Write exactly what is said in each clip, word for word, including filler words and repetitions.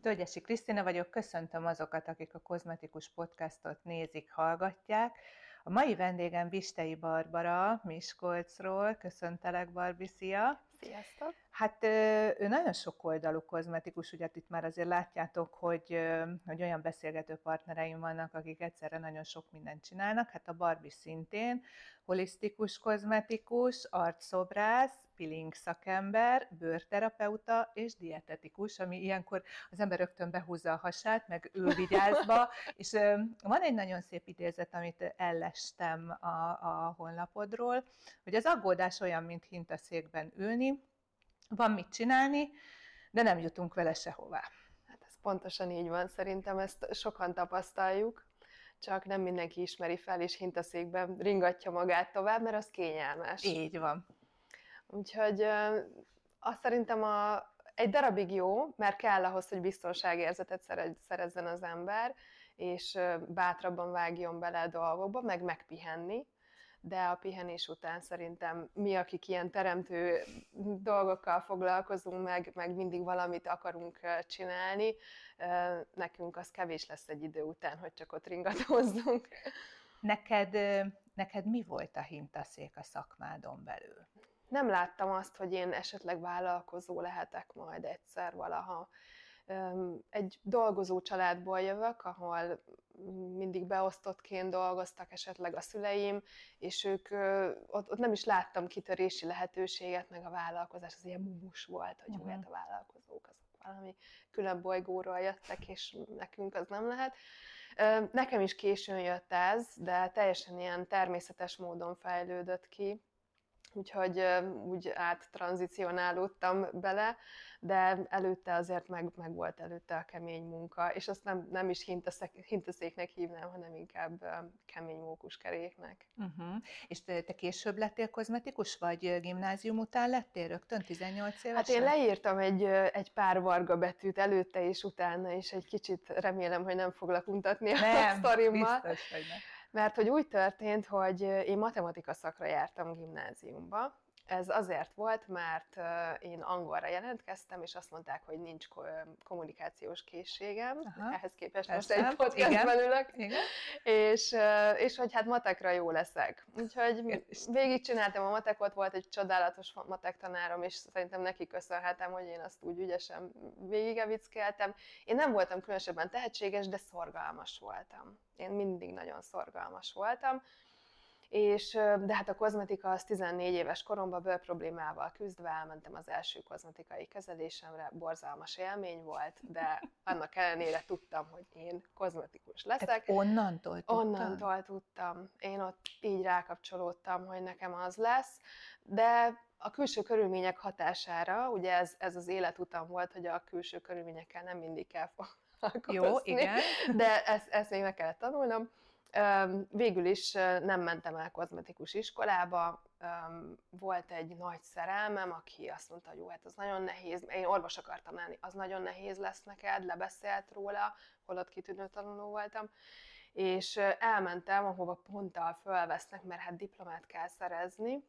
Tölgyesi Krisztina vagyok, köszöntöm azokat, akik a Kozmetikus Podcastot nézik, hallgatják. A mai vendégem Bistei Barbara Miskolcról. Köszöntelek, Barbi, szia! Sziasztok! Hát ő nagyon sokoldalú kozmetikus, ugye itt már azért látjátok, hogy, hogy olyan beszélgető partnereim vannak, akik egyszerre nagyon sok mindent csinálnak. Hát a Barbi szintén holisztikus kozmetikus, arcszobrász, peeling szakember, bőrterapeuta és dietetikus, ami ilyenkor az ember rögtön behúzza a hasát, meg ő vigyázba, és van egy nagyon szép idézet, amit ellestem a, a honlapodról, hogy az aggódás olyan, mint hintaszékben ülni, van mit csinálni, de nem jutunk vele sehová. Hát ez pontosan így van, szerintem ezt sokan tapasztaljuk, csak nem mindenki ismeri fel, és hintaszékben ringatja magát tovább, mert az kényelmes. Így van. Úgyhogy azt szerintem a, egy darabig jó, mert kell ahhoz, hogy biztonságérzetet szerezzen az ember, és bátrabban vágjon bele a dolgokba, meg megpihenni. De a pihenés után szerintem mi, akik ilyen teremtő dolgokkal foglalkozunk, meg, meg mindig valamit akarunk csinálni, nekünk az kevés lesz egy idő után, hogy csak ott ringatózzunk. Neked, neked mi volt a hintaszék a szakmádon belül? Nem láttam azt, hogy én esetleg vállalkozó lehetek majd egyszer valaha. Egy dolgozó családból jövök, ahol mindig beosztottként dolgoztak esetleg a szüleim, és ők, ott, ott nem is láttam kitörési lehetőséget, meg a vállalkozás az ilyen mumus volt, hogy uh-huh. hát a vállalkozók azok valami külön bolygóról jöttek, és nekünk az nem lehet. Nekem is későn jött ez, de teljesen ilyen természetes módon fejlődött ki. Úgyhogy úgy áttranzicionálódtam bele, de előtte azért meg, meg volt előtte a kemény munka, és azt nem, nem is hintaszék, hintaszéknek hívnám, hanem inkább kemény mókuskeréknek. Uh-huh. És te, te később lettél kozmetikus, vagy gimnázium után lettél rögtön tizennyolc évesen? Hát én leírtam egy, egy pár varga betűt előtte és utána, és egy kicsit remélem, hogy nem foglak untatni nem, a sztorimmal. Biztos, hogy nem. Mert hogy úgy történt, hogy én matematika szakra jártam gimnáziumba. Ez azért volt, mert én angolra jelentkeztem, és azt mondták, hogy nincs kommunikációs készségem. Aha, ehhez képest persze, most egy podcastben ülök. Igen. És, és hogy hát matekra jó leszek. Úgyhogy végigcsináltam a matekot, volt egy csodálatos matek tanárom, és szerintem neki köszönhetem, hogy én azt úgy ügyesen végigevickeltem. Én nem voltam különösebben tehetséges, de szorgalmas voltam. Én mindig nagyon szorgalmas voltam. És, de hát a kozmetika az tizennégy éves koromban bőr problémával küzdve elmentem az első kozmetikai kezelésemre, borzalmas élmény volt, de annak ellenére tudtam, hogy én kozmetikus leszek. Tehát onnantól tudtam? Onnantól tudtam. Én ott így rákapcsolódtam, hogy nekem az lesz, de a külső körülmények hatására, ugye ez, ez az életutam volt, hogy a külső körülményekkel nem mindig kell foglalkozni. Jó, igen. De ezt, ezt még meg kellett tanulnom. Végül is nem mentem el kozmetikus iskolába, volt egy nagy szerelmem, aki azt mondta, hogy jó, hát az nagyon nehéz, én orvos akartam lenni, az nagyon nehéz lesz neked, lebeszélt róla, holott kitűnő tanuló voltam, és elmentem, ahova ponttal fölvesznek, mert hát diplomát kell szerezni,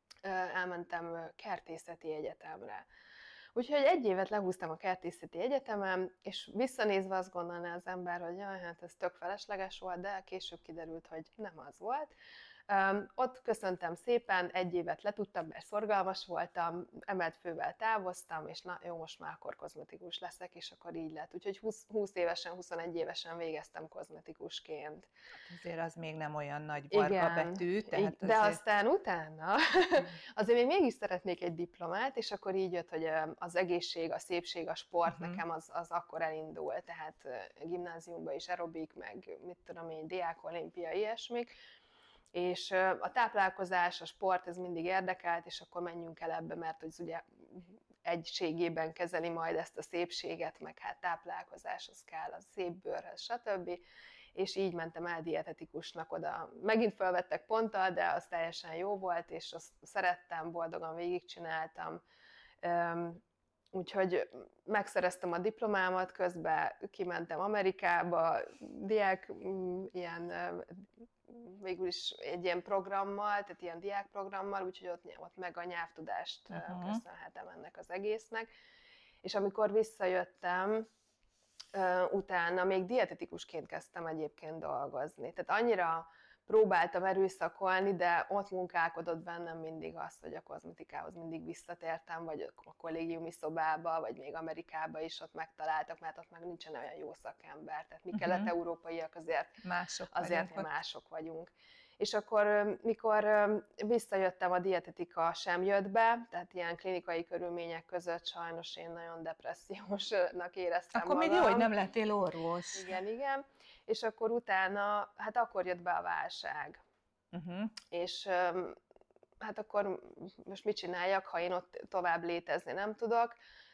elmentem kertészeti egyetemre. Úgyhogy egy évet lehúztam a kertészeti egyetemen, és visszanézve azt gondolná az ember, hogy jaj, hát ez tök felesleges volt, de később kiderült, hogy nem az volt. Um, ott köszöntem szépen, egy évet letudtam, mert szorgalmas voltam, emelt fővel távoztam, és na, jó, most már akkor kozmetikus leszek, és akkor így lett. Úgyhogy húsz, húsz évesen, huszonegy évesen végeztem kozmetikusként. Azért az még nem olyan nagy barka betű. Tehát de azért... aztán utána azért még mégis szeretnék egy diplomát, és akkor így jött, hogy az egészség, a szépség, a sport uh-huh. nekem az, az akkor elindult, tehát gimnáziumban is aerobik, meg mit tudom én, diák olimpia, ilyesmik. És a táplálkozás, a sport, ez mindig érdekelt, és akkor menjünk el ebbe, mert hogy ugye egységében kezeli majd ezt a szépséget, meg hát táplálkozás, az kell, a szép bőrhöz, stb. És így mentem el dietetikusnak oda. Megint felvettek ponttal, de az teljesen jó volt, és azt szerettem, boldogan végigcsináltam. Úgyhogy megszereztem a diplomámat, közben kimentem Amerikába, diák, ilyen, végül is egy ilyen programmal, tehát ilyen diákprogrammal, úgyhogy ott, ott meg a nyelvtudást uh-huh. köszönhetem ennek az egésznek. És amikor visszajöttem, utána még dietetikusként kezdtem egyébként dolgozni. Tehát annyira próbáltam erőszakolni, de ott munkálkodott bennem mindig az, hogy a kozmetikához mindig visszatértem, vagy a kollégiumi szobába, vagy még Amerikába is ott megtaláltak, mert ott meg nincsen olyan jó szakember. Tehát mi uh-huh. kelet-európaiak azért mások azért mi mások vagyunk. És akkor, mikor visszajöttem, a dietetika sem jött be, tehát ilyen klinikai körülmények között sajnos én nagyon depressziósnak éreztem akkor magam. Akkor még jó, hogy nem lettél orvos. Igen, igen. És akkor utána, hát akkor jött be a válság. Uh-huh. És hát akkor most mit csináljak, ha én ott tovább létezni nem tudok.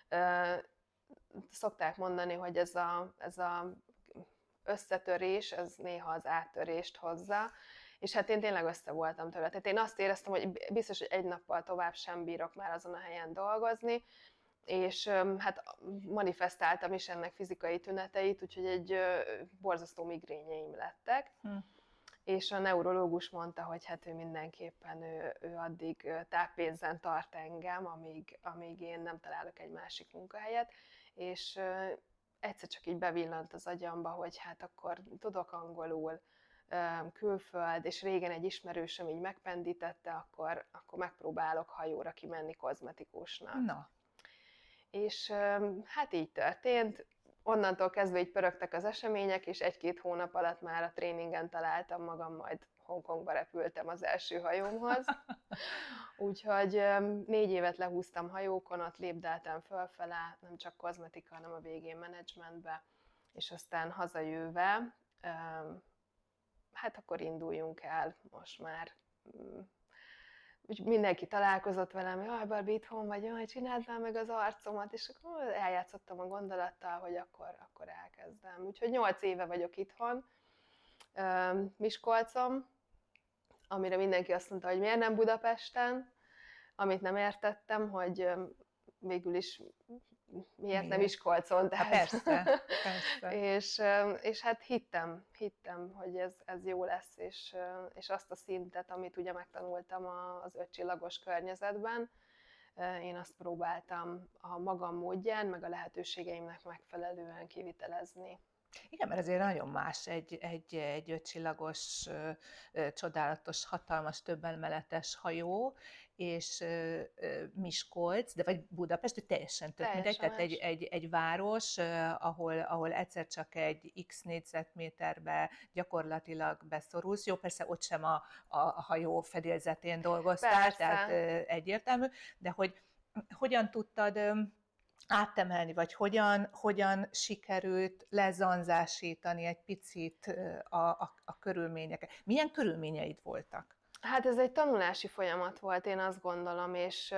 Szokták mondani, hogy ez a, ez a összetörés, ez néha az áttörést hozza. És hát én tényleg össze voltam tőle. Tehát én azt éreztem, hogy biztos, hogy egy nappal tovább sem bírok már azon a helyen dolgozni, és hát manifestáltam is ennek fizikai tüneteit, úgyhogy egy borzasztó migrényeim lettek. Hm. És a neurológus mondta, hogy hát ő mindenképpen ő, ő addig táppénzen tart engem, amíg, amíg én nem találok egy másik munkahelyet, és egyszer csak így bevillant az agyamba, hogy hát akkor tudok angolul, külföld, és régen egy ismerősöm így megpendítette, akkor, akkor megpróbálok hajóra kimenni kozmetikusnak. Na. És hát így történt. Onnantól kezdve így pörögtek az események, és egy-két hónap alatt már a tréningen találtam magam, majd Hongkongba repültem az első hajómhoz. Úgyhogy négy évet lehúztam hajókon, ott lépdeltem fölfele, nem csak kozmetika, hanem a végén menedzsmentbe, és aztán hazajöve, hát akkor induljunk el most már. Úgy mindenki találkozott velem, hogy jaj, Barbie, itthon vagy, jaj, csináld már meg az arcomat, és akkor eljátszottam a gondolattal, hogy akkor, akkor elkezdem. Úgyhogy nyolc éve vagyok itthon, Miskolcon, amire mindenki azt mondta, hogy miért nem Budapesten, amit nem értettem, hogy végül is miért nem Miskolcon. Tehát... Persze, persze. és, és hát hittem, hittem, hogy ez, ez jó lesz, és, és azt a szintet, amit ugye megtanultam az ötcsillagos környezetben, én azt próbáltam a magam módján, meg a lehetőségeimnek megfelelően kivitelezni. Igen, mert azért nagyon más egy, egy, egy ötcsillagos, csodálatos, hatalmas, többenmeletes hajó, és Miskolc, de vagy Budapest, hogy teljesen tök mindegy, tehát egy, egy, egy város, ahol, ahol egyszer csak egy x négyzetméterbe gyakorlatilag beszorulsz. Jó, persze ott sem a, a hajó fedélzetén dolgoztál, persze. Tehát egyértelmű, de hogy hogyan tudtad átemelni, vagy hogyan, hogyan sikerült lezanzásítani egy picit a, a, a körülményeket. Milyen körülményeid voltak? Hát ez egy tanulási folyamat volt, én azt gondolom, és,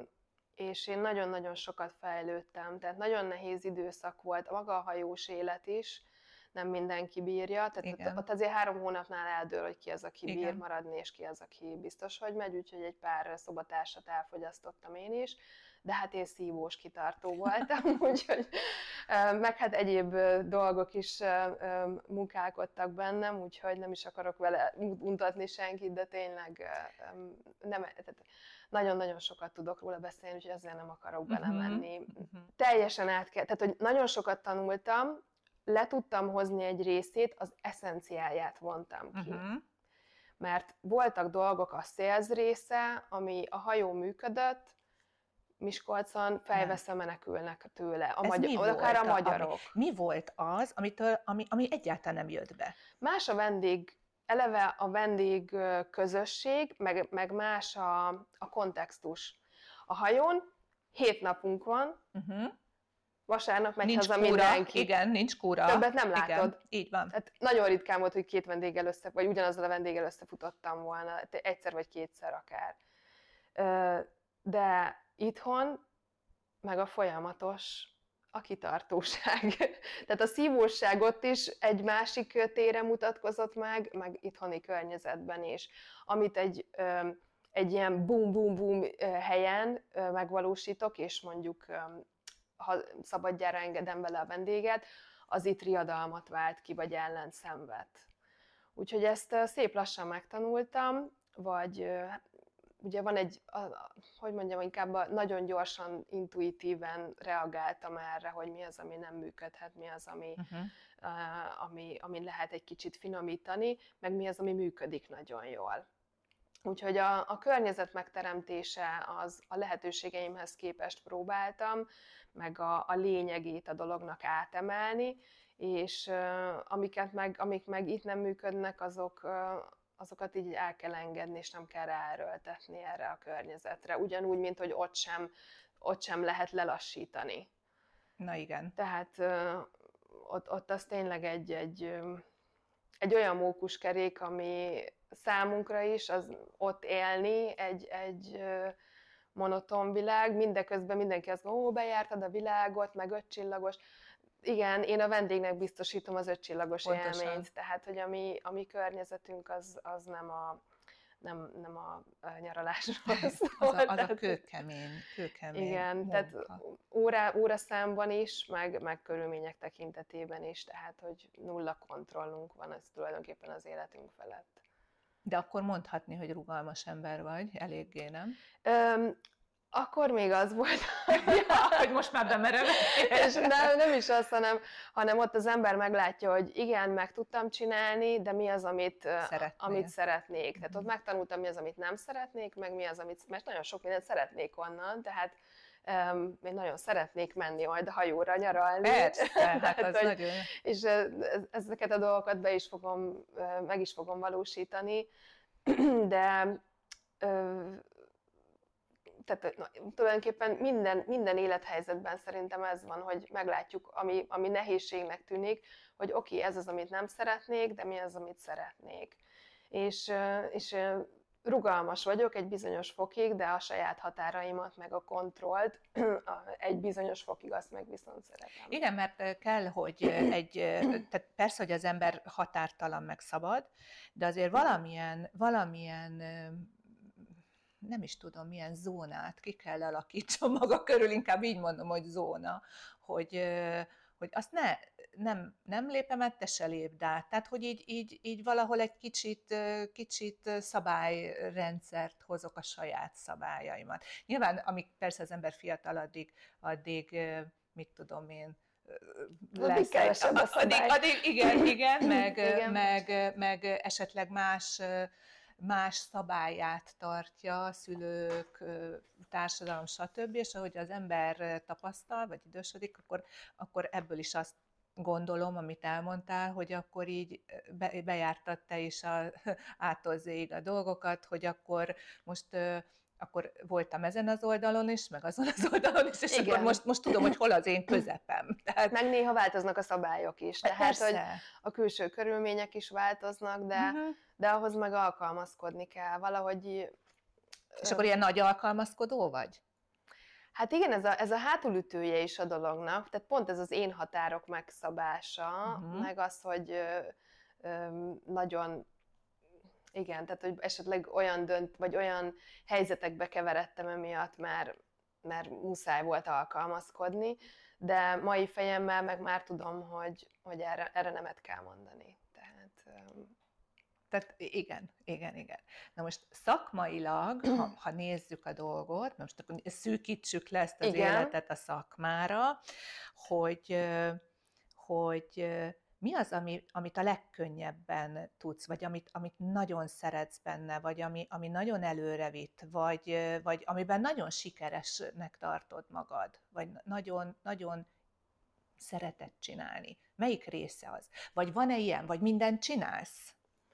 és én nagyon-nagyon sokat fejlődtem, tehát nagyon nehéz időszak volt, maga a hajós élet is, nem mindenki bírja, tehát ott, ott azért három hónapnál eldől, hogy ki az, aki bír Igen. maradni, és ki az, aki biztos, hogy megy, úgyhogy egy pár szobatársat elfogyasztottam én is, de hát én szívós, kitartó voltam, úgyhogy meg hát egyéb dolgok is munkálkodtak bennem, úgyhogy nem is akarok vele mutatni senkit, de tényleg nem, tehát nagyon-nagyon sokat tudok róla beszélni, úgyhogy ezzel nem akarok belemenni. Uh-huh. Teljesen át kell, tehát hogy nagyon sokat tanultam, le tudtam hozni egy részét, az eszenciáját vontam ki. Uh-huh. Mert voltak dolgok, a sales része, ami a hajó működött, Miskolcon fejveszve menekülnek tőle, a magyar, akár a magyarok. Ami, mi volt az, amitől, ami, ami egyáltalán nem jött be? Más a vendég, eleve a vendég közösség, meg, meg más a, a kontextus. A hajón hét napunk van, uh-huh. vasárnap megy nincs haza kúra, mindenki. Igen, nincs kúra. Többet nem látod. Igen, így van. Tehát nagyon ritkán volt, hogy két vendéggel össze, vagy ugyanazzal a vendéggel összefutottam volna, egyszer vagy kétszer akár. De itthon meg a folyamatos, a kitartóság. Tehát a szívóság ott is egy másik téren mutatkozott meg, meg itthoni környezetben is. Amit egy, egy ilyen bum-bum-bum helyen megvalósítok, és mondjuk ha szabadjára engedem bele a vendéget, az itt riadalmat vált ki, vagy ellenszenvet. Úgyhogy ezt szép lassan megtanultam, vagy ugye van egy, a, a, hogy mondjam, inkább a, nagyon gyorsan, intuitíven reagáltam erre, hogy mi az, ami nem működhet, mi az, ami, uh-huh. uh, ami, ami lehet egy kicsit finomítani, meg mi az, ami működik nagyon jól. Úgyhogy a, a környezet megteremtése az a lehetőségeimhez képest próbáltam, meg a, a lényegét a dolognak átemelni, és uh, amiket meg, amik meg itt nem működnek, azok, uh, azokat így el kell engedni, és nem kell ráerőltetni erre a környezetre. Ugyanúgy, mint hogy ott sem, ott sem lehet lelassítani. Na igen. Tehát uh, ott, ott az tényleg egy, egy, egy olyan mókuskerék, ami számunkra is, az ott élni egy, egy monoton világ, mindeközben mindenki azt mondja, ó, bejártad a világot, meg ötcsillagos. Igen, én a vendégnek biztosítom az ötcsillagos élményt, tehát hogy a mi, a mi környezetünk az, az nem a nem, nem a nyaralásról szól. az, a, az a kőkemény, kőkemény igen, munka. Tehát órá, óraszámban is, meg, meg körülmények tekintetében is, tehát hogy nulla kontrollunk van, ez tulajdonképpen az életünk felett. De akkor mondhatni, hogy rugalmas ember vagy, eléggé, nem? Öm, akkor még az volt, ja, hogy most már bemerem. És nem, nem is az, hanem, hanem ott az ember meglátja, hogy igen, meg tudtam csinálni, de mi az, amit, amit szeretnék. Tehát ott megtanultam, mi az, amit nem szeretnék, meg mi az, amit, mert nagyon sok mindent szeretnék onnan, tehát um, én nagyon szeretnék menni majd a hajóra nyaralni. Persze, hát az hogy, nagyon... És ezeket a dolgokat be is fogom, meg is fogom valósítani, de tehát na, tulajdonképpen minden, minden élethelyzetben szerintem ez van, hogy meglátjuk, ami, ami nehézségnek tűnik, hogy oké, okay, ez az, amit nem szeretnék, de mi az, amit szeretnék. És, és rugalmas vagyok egy bizonyos fokig, de a saját határaimat, meg a kontrollt egy bizonyos fokig azt meg viszont szeretem. Igen, mert kell, hogy egy, tehát persze, hogy az ember határtalan meg szabad, de azért valamilyen, valamilyen nem is tudom, milyen zónát ki kell alakítson maga körül, inkább így mondom, hogy zóna, hogy, hogy azt ne, nem, nem lépem át, te se lépd át. Tehát, hogy így, így, így valahol egy kicsit, kicsit szabályrendszert hozok a saját szabályaimat. Nyilván, amíg persze az ember fiatal, addig, addig mit tudom én, lesz egy, addig, addig, igen, igen, meg, igen. Meg, meg esetleg más más szabályát tartja a szülők, társadalom, stb. És ahogy az ember tapasztal, vagy idősödik, akkor, akkor ebből is azt gondolom, amit elmondtál, hogy akkor így be, bejártad te is a A-tól Z-ig a dolgokat, hogy akkor most akkor voltam ezen az oldalon is, meg azon az oldalon is, és igen. Akkor most, most tudom, hogy hol az én közepem. Tehát... Meg néha változnak a szabályok is, tehát persze. Hogy a külső körülmények is változnak, de, uh-huh. de ahhoz meg alkalmazkodni kell, valahogy... És akkor ilyen nagy alkalmazkodó vagy? Hát igen, ez a, ez a hátulütője is a dolognak, tehát pont ez az én határok megszabása, uh-huh. meg az, hogy ö, ö, nagyon... Igen, tehát hogy esetleg olyan dönt, vagy olyan helyzetekbe keveredtem emiatt, mert, mert muszáj volt alkalmazkodni, de mai fejemmel meg már tudom, hogy, hogy erre, erre nemet kell mondani. Tehát, um... tehát igen, igen, igen. Na most szakmailag, ha, ha nézzük a dolgot, most akkor szűkítsük le ezt az igen. életet a szakmára, hogy, hogy mi az, ami, amit a legkönnyebben tudsz, vagy amit, amit nagyon szeretsz benne, vagy ami, ami nagyon előre vitt, vagy, vagy amiben nagyon sikeresnek tartod magad, vagy nagyon, nagyon szereted csinálni? Melyik része az? Vagy van-e ilyen, vagy mindent csinálsz?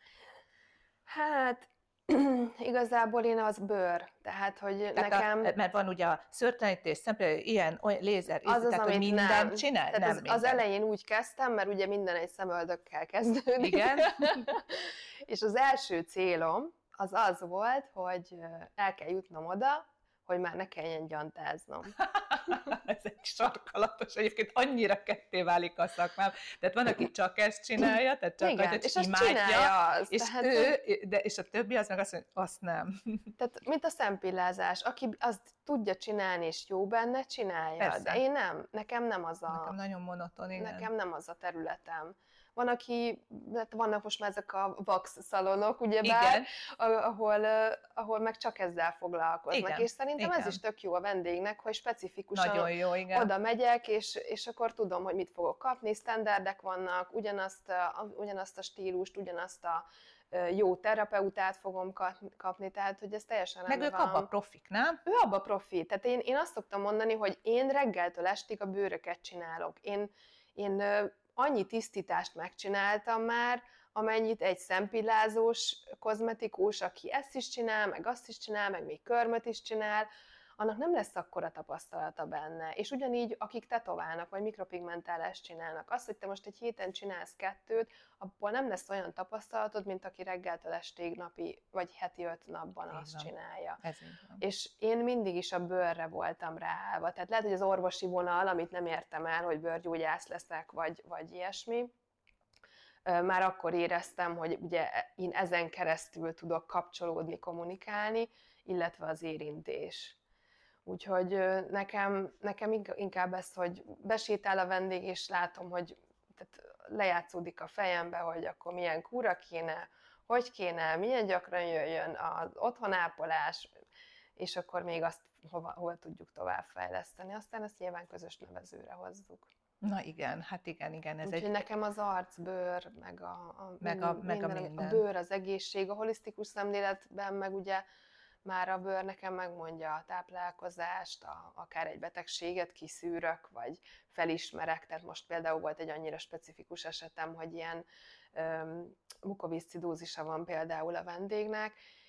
Hát... Igazából én az bőr, tehát, hogy tehát nekem... A, mert van ugye a szőrtelenítés, szemplélő, ilyen, olyan lézer, az az, tehát, hogy mindent nem. csinál? Tehát nem az, minden. Az elején úgy kezdtem, mert ugye minden egy szemöldökkel kezdődik. Igen. És az első célom az az volt, hogy el kell jutnom oda, hogy már ne kelljen gyantáznom. Ez egy sarkalatos, egyébként annyira ketté válik a szakmám. Tehát van, aki csak ezt csinálja, tehát csak igen, és imádja, az, és, tehát, ő, de, és a többi az meg azt mondja, azt nem. Tehát mint a szempillázás, aki azt tudja csinálni, és jó benne, csinálja. Persze. De én nem, nekem nem az a... Nekem nagyon monoton, igen. Nekem nem az a területem. van, aki, hát vannak most már ezek a wax szalonok, ugyebár, ahol, ahol meg csak ezzel foglalkoznak. Igen. És szerintem igen. ez is tök jó a vendégnek, hogy specifikusan jó, oda megyek, és, és akkor tudom, hogy mit fogok kapni, standardek vannak, ugyanazt a, ugyanazt a stílust, ugyanazt a jó terapeutát fogom kapni, tehát hogy ez teljesen rendben van. Meg ők abba profik, nem? Ő abba profi. Tehát én, én azt szoktam mondani, hogy én reggeltől estig a bőröket csinálok. Én, én annyi tisztítást megcsináltam már, amennyit egy szempillázós kozmetikus, aki ezt is csinál, meg azt is csinál, meg még körmöt is csinál, annak nem lesz akkora tapasztalata benne. És ugyanígy, akik tetoválnak, vagy mikropigmentálást csinálnak, az, hogy te most egy héten csinálsz kettőt, abból nem lesz olyan tapasztalatod, mint aki reggeltől estig napi, vagy heti öt napban így azt van. Csinálja. És én mindig is a bőrre voltam ráállva. Tehát lehet, hogy az orvosi vonal, amit nem értem el, hogy bőrgyógyász leszek, vagy, vagy ilyesmi, már akkor éreztem, hogy ugye én ezen keresztül tudok kapcsolódni, kommunikálni, illetve az érintés. Úgyhogy nekem, nekem inkább ez, hogy besétál a vendég, és látom, hogy tehát lejátszódik a fejembe, hogy akkor milyen kúra kéne, hogy kéne, milyen gyakran jöjjön az otthonápolás, és akkor még azt hova, hova tudjuk továbbfejleszteni. Aztán ezt nyilván közös nevezőre hozzuk. Na igen, hát igen, igen. Ez Úgyhogy egy... nekem az arc, bőr, meg a, a, meg a, minden, meg a, minden. a bőr, az egészség, a holisztikus szemléletben meg ugye már a bőr nekem megmondja a táplálkozást, a, akár egy betegséget kiszűrök, vagy felismerek. Tehát most például volt egy annyira specifikus esetem, hogy ilyen um, mukoviszcidózisa van például a vendégnek,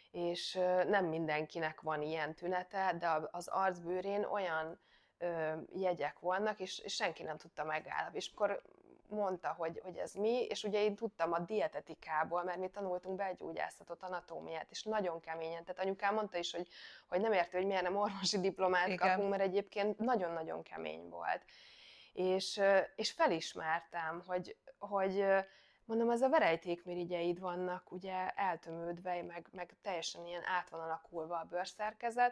és uh, nem mindenkinek van ilyen tünete, de az arcbőrén olyan uh, jegyek vannak, és, és senki nem tudta megállapítani. És akkor mondta, hogy, hogy ez mi, és ugye én tudtam a dietetikából, mert mi tanultunk belgyógyászatot, anatómiát, és nagyon keményen. Tehát anyukám mondta is, hogy, hogy nem érti, hogy miért nem orvosi diplomát igen. kapunk, mert egyébként nagyon-nagyon kemény volt. És, és felismertem, hogy, hogy mondom, ez a verejtékmirigyeid vannak ugye eltömődve, meg, meg teljesen ilyen át van alakulva a bőrszerkezet,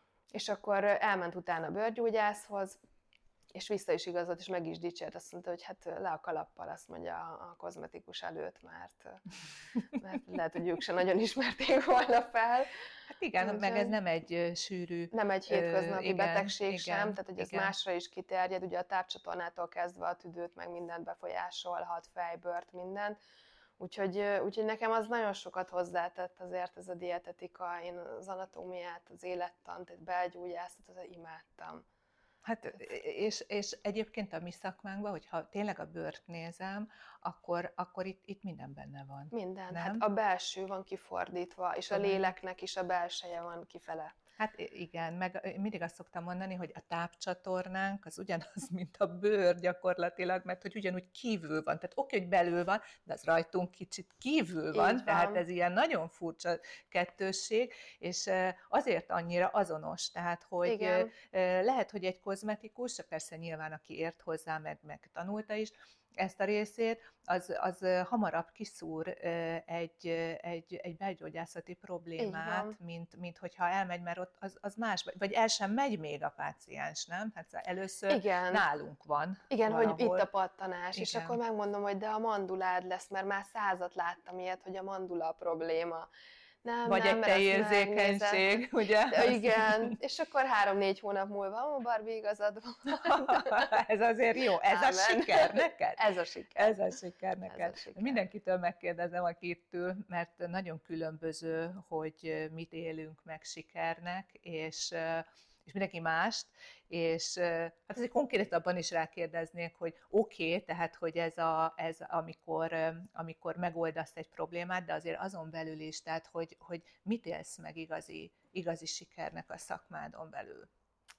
és akkor elment utána a bőrgyógyászhoz, és vissza is igazolt, és meg is dicsért, azt mondta, hogy hát le a kalappal, azt mondja a kozmetikus előtt, mert, mert lehet, hogy ők se nagyon ismerték volna fel. Hát igen, úgy, meg ez nem egy sűrű... Nem egy hétköznapi igen, betegség igen, sem, tehát hogy ez igen. másra is kiterjed, ugye a tápcsatornától kezdve a tüdőt, meg mindent befolyásolhat, fejbört, mindent. Úgyhogy, úgyhogy nekem az nagyon sokat hozzátett azért ez a dietetika, én az anatómiát, az élettant, egy belgyógyászatot, az imádtam. Hát, és, és egyébként a mi szakmánkban, hogyha tényleg a bőrt nézem, akkor, akkor itt, itt minden benne van. Minden. Nem? Hát a belső van kifordítva, és a léleknek is a belseje van kifele. Hát igen, meg mindig azt szoktam mondani, hogy a tápcsatornánk az ugyanaz, mint a bőr gyakorlatilag, mert hogy ugyanúgy kívül van. Tehát oké, hogy belül van, de az rajtunk kicsit kívül van, van. Tehát ez ilyen nagyon furcsa kettősség, és azért annyira azonos. Tehát, hogy igen. lehet, hogy egy kozmetikus, persze nyilván aki ért hozzá, meg, meg tanulta is, ezt a részét, az, az hamarabb kiszúr egy, egy, egy belgyógyászati problémát, mint, mint hogyha elmegy, mert ott az, az más, vagy el sem megy még a páciens, nem? Hát először igen. nálunk van. Igen, valahol. Hogy itt a pattanás, igen. és akkor megmondom, hogy de a mandulád lesz, mert már százat láttam ilyet, hogy a mandula a probléma. Nem, vagy nem, egy tejérzékenység, ugye? De igen, és akkor három-négy hónap múlva, ó, Barbie, igazad van. Ez azért jó, ez Amen. A siker neked? Ez a siker. Ez a siker neked. Ez a siker. Mindenkitől megkérdezem, aki itt ül, mert nagyon különböző, hogy mit élünk meg sikernek, és... és mindenki mást, és hát azért konkrétabban is rákérdeznék, hogy oké, okay, tehát hogy ez, a, ez amikor, amikor megoldasz egy problémát, de azért azon belül is, tehát hogy, hogy mit élsz meg igazi, igazi sikernek a szakmádon belül.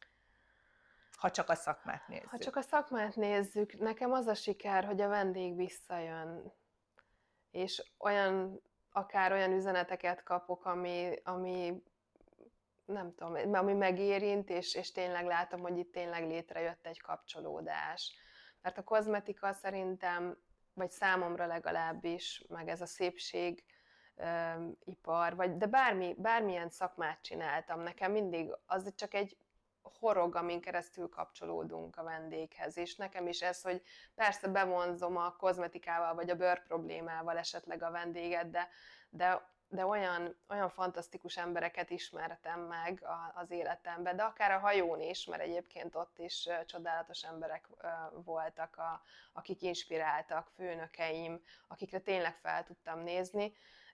Ha csak a szakmát nézzük. Ha csak a szakmát nézzük, nekem az a siker, hogy a vendég visszajön, és olyan, akár olyan üzeneteket kapok, ami, ami nem tudom, ami megérint, és, és tényleg látom, hogy itt tényleg létrejött egy kapcsolódás. Mert a kozmetika szerintem, vagy számomra legalábbis, meg ez a szépség um, ipar, vagy, de bármi, bármilyen szakmát csináltam, nekem mindig az csak egy horog, amin keresztül kapcsolódunk a vendéghez, és nekem is ez, hogy persze bevonzom a kozmetikával, vagy a bőr problémával esetleg a vendéget, de, de, de olyan, olyan fantasztikus embereket ismertem meg az életemben, de akár a hajón is, mert egyébként ott is csodálatos emberek voltak, a, akik inspiráltak, főnökeim, akikre tényleg fel tudtam nézni.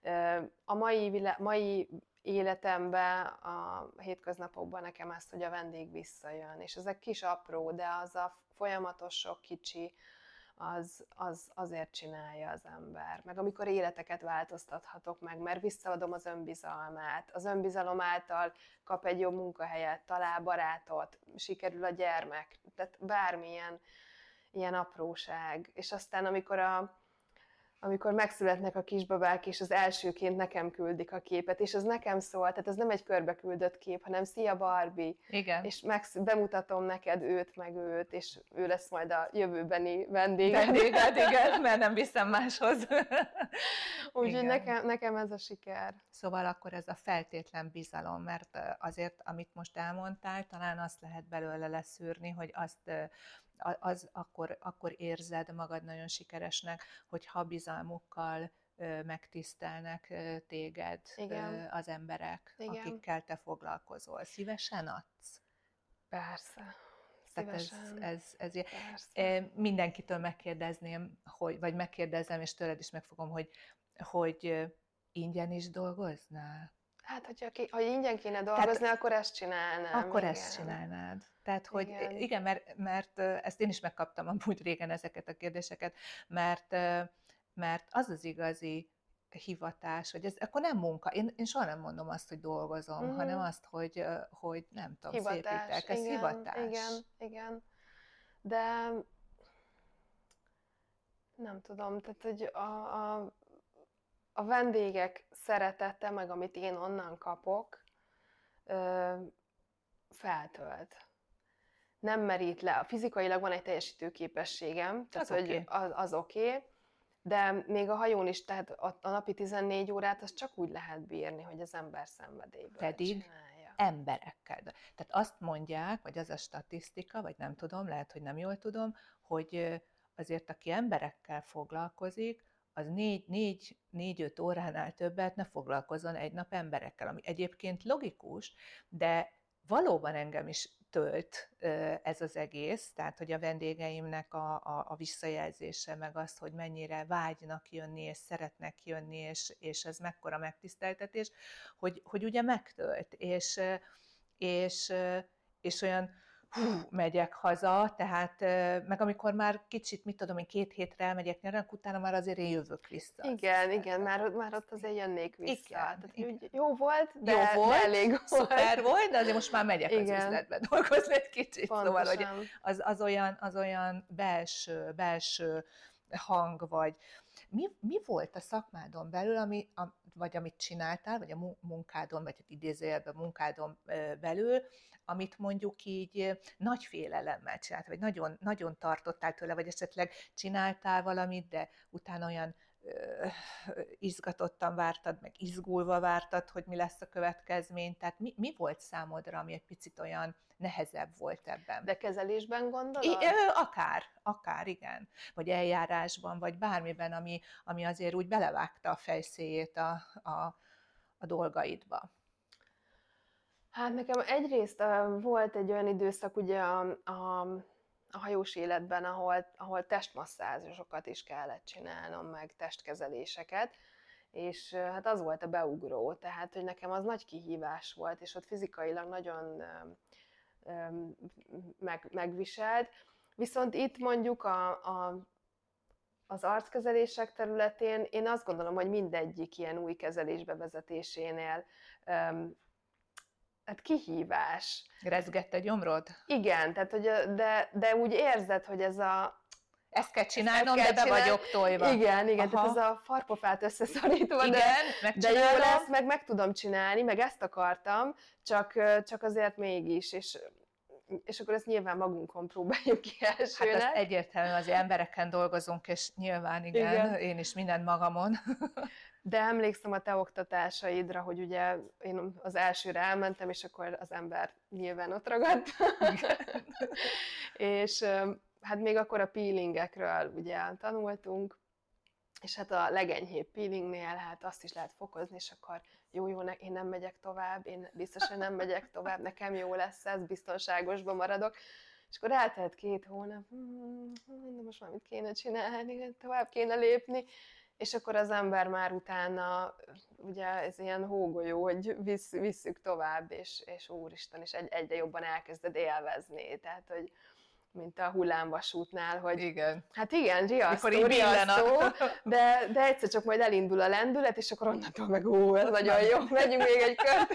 A mai, mai életemben, a hétköznapokban nekem ezt, hogy a vendég visszajön, és ezek kis apró, de az a folyamatos sok kicsi, az, az azért csinálja az ember. Meg amikor életeket változtathatok meg, mert visszaadom az önbizalmát, az önbizalom által kap egy jobb munkahelyet, talál barátot, sikerül a gyermek, tehát bármilyen ilyen apróság. És aztán amikor a amikor megszületnek a kisbabák, és az elsőként nekem küldik a képet, és az nekem szól, tehát ez nem egy körbeküldött kép, hanem szia Barbie, igen. És megsz- bemutatom neked őt, meg őt, és ő lesz majd a jövőbeni vendéged. Vendéged, igen, mert nem viszem máshoz. Úgyhogy nekem, nekem ez a siker. Szóval akkor ez a feltétlen bizalom, mert azért, amit most elmondtál, talán azt lehet belőle leszűrni, hogy azt az akkor, akkor érzed magad nagyon sikeresnek, hogyha bizalmukkal megtisztelnek téged. Igen. Az emberek, igen. Akikkel te foglalkozol. Szívesen adsz? Persze. Szívesen. Ez, ez, ez, Persze. Mindenkitől megkérdezném, hogy, vagy megkérdezem, és tőled is megfogom, hogy, hogy ingyen is dolgoznál? Hát, hogyha ki, ha ingyen kéne dolgozni, Tehát, akkor ezt csinálnám. Akkor igen. Ezt csinálnád. Tehát, hogy igen, igen mert, mert ezt én is megkaptam amúgy régen ezeket a kérdéseket, mert, mert az az igazi hivatás, hogy ez akkor nem munka. Én, én soha nem mondom azt, hogy dolgozom, mm-hmm. hanem azt, hogy, hogy nem tudom, hivatás, szépítek. Ez igen, hivatás. Igen, igen. De nem tudom, tehát, hogy a, a, a vendégek szeretete, meg amit én onnan kapok, ö, feltölt. Nem merít le. Fizikailag van egy teljesítő képességem, tehát az hogy okay. az, az oké, okay, de még a hajón is, tehát a, a napi tizennégy órát az csak úgy lehet bírni, hogy az ember szenvedélyből Pedig csinálja. Emberekkel. Tehát azt mondják, vagy az a statisztika, vagy nem tudom, lehet, hogy nem jól tudom, hogy azért aki emberekkel foglalkozik, az négy-öt óránál többet ne foglalkozzon egy nap emberekkel, ami egyébként logikus, de valóban engem is tölt ez az egész, tehát hogy a vendégeimnek a, a, a visszajelzése, meg az, hogy mennyire vágynak jönni, és szeretnek jönni, és, és ez mekkora megtiszteltetés, hogy, hogy ugye megtölt, és, és, és olyan hú, megyek haza, tehát meg amikor már kicsit, mit tudom én, két hétre elmegyek nyaralni, utána már azért én jövök vissza. Igen, igen, már, már ott azért jönnék vissza. Igen, tehát, igen. Jó volt, de, jó volt, de elég volt. Szuper volt, de azért most már megyek igen. az üzletbe dolgozni egy kicsit. Pontosan. Szóval, hogy az, az, olyan, az olyan belső, belső hang, vagy mi, mi volt a szakmádon belül, ami, a, vagy amit csináltál, vagy a munkádon, vagy idézőjelben munkádon belül, amit mondjuk így nagy félelemmel csinált, vagy nagyon, nagyon tartottál tőle, vagy esetleg csináltál valamit, de utána olyan ö, izgatottan vártad, meg izgulva vártad, hogy mi lesz a következmény. Tehát mi, mi volt számodra, ami egy picit olyan nehezebb volt ebben? De kezelésben gondolod? I, ö, akár, akár, igen. Vagy eljárásban, vagy bármiben, ami, ami azért úgy belevágta a fejszéjét a, a, a dolgaidba. Hát nekem egyrészt uh, volt egy olyan időszak ugye a, a, a hajós életben, ahol, ahol testmasszázosokat is kellett csinálnom, meg testkezeléseket, és uh, hát az volt a beugró, tehát hogy nekem az nagy kihívás volt, és ott fizikailag nagyon uh, um, meg, megviselt. Viszont itt mondjuk a, a, az arckezelések területén én azt gondolom, hogy mindegyik ilyen új kezelés bevezetésénél um, hát kihívás. Rezgett a gyomrod? Igen, tehát, hogy, de, de úgy érzed, hogy ez a... Ezt kell csinálnom, ezt kell de be csinál... vagyok tojva. Igen, igen, Aha. tehát ez a farpofát összeszorítva, igen, de, de jó lesz, meg meg tudom csinálni, meg ezt akartam, csak, csak azért mégis, és és akkor ezt nyilván magunkon próbáljuk ki elsőnek. Hát azt egyértelműen az embereken dolgozunk, és nyilván igen, igen. Én is mindent magamon. De emlékszem a te oktatásaidra, hogy ugye én az elsőre elmentem, és akkor az ember nyilván ott ragadt. És hát még akkor a peelingekről ugye tanultunk, és hát a legenyhébb peelingnél hát azt is lehet fokozni, és akkor jó, jó, én nem megyek tovább, én biztosan nem megyek tovább, nekem jó lesz ez, biztonságosban maradok. És akkor eltelt két hónap, de most már mit kéne csinálni, tovább kéne lépni, és akkor az ember már utána, ugye ez ilyen hógolyó, hogy visz, visszük tovább, és, és úristen, és egy, egyre jobban elkezded élvezni, tehát, hogy mint a hullámvasútnál, hogy igen. hát igen, riasztó, riasztó, de, de egyszer csak majd elindul a lendület, és akkor onnantól meg, ó, ez nagyon jó, megyünk még egy kört.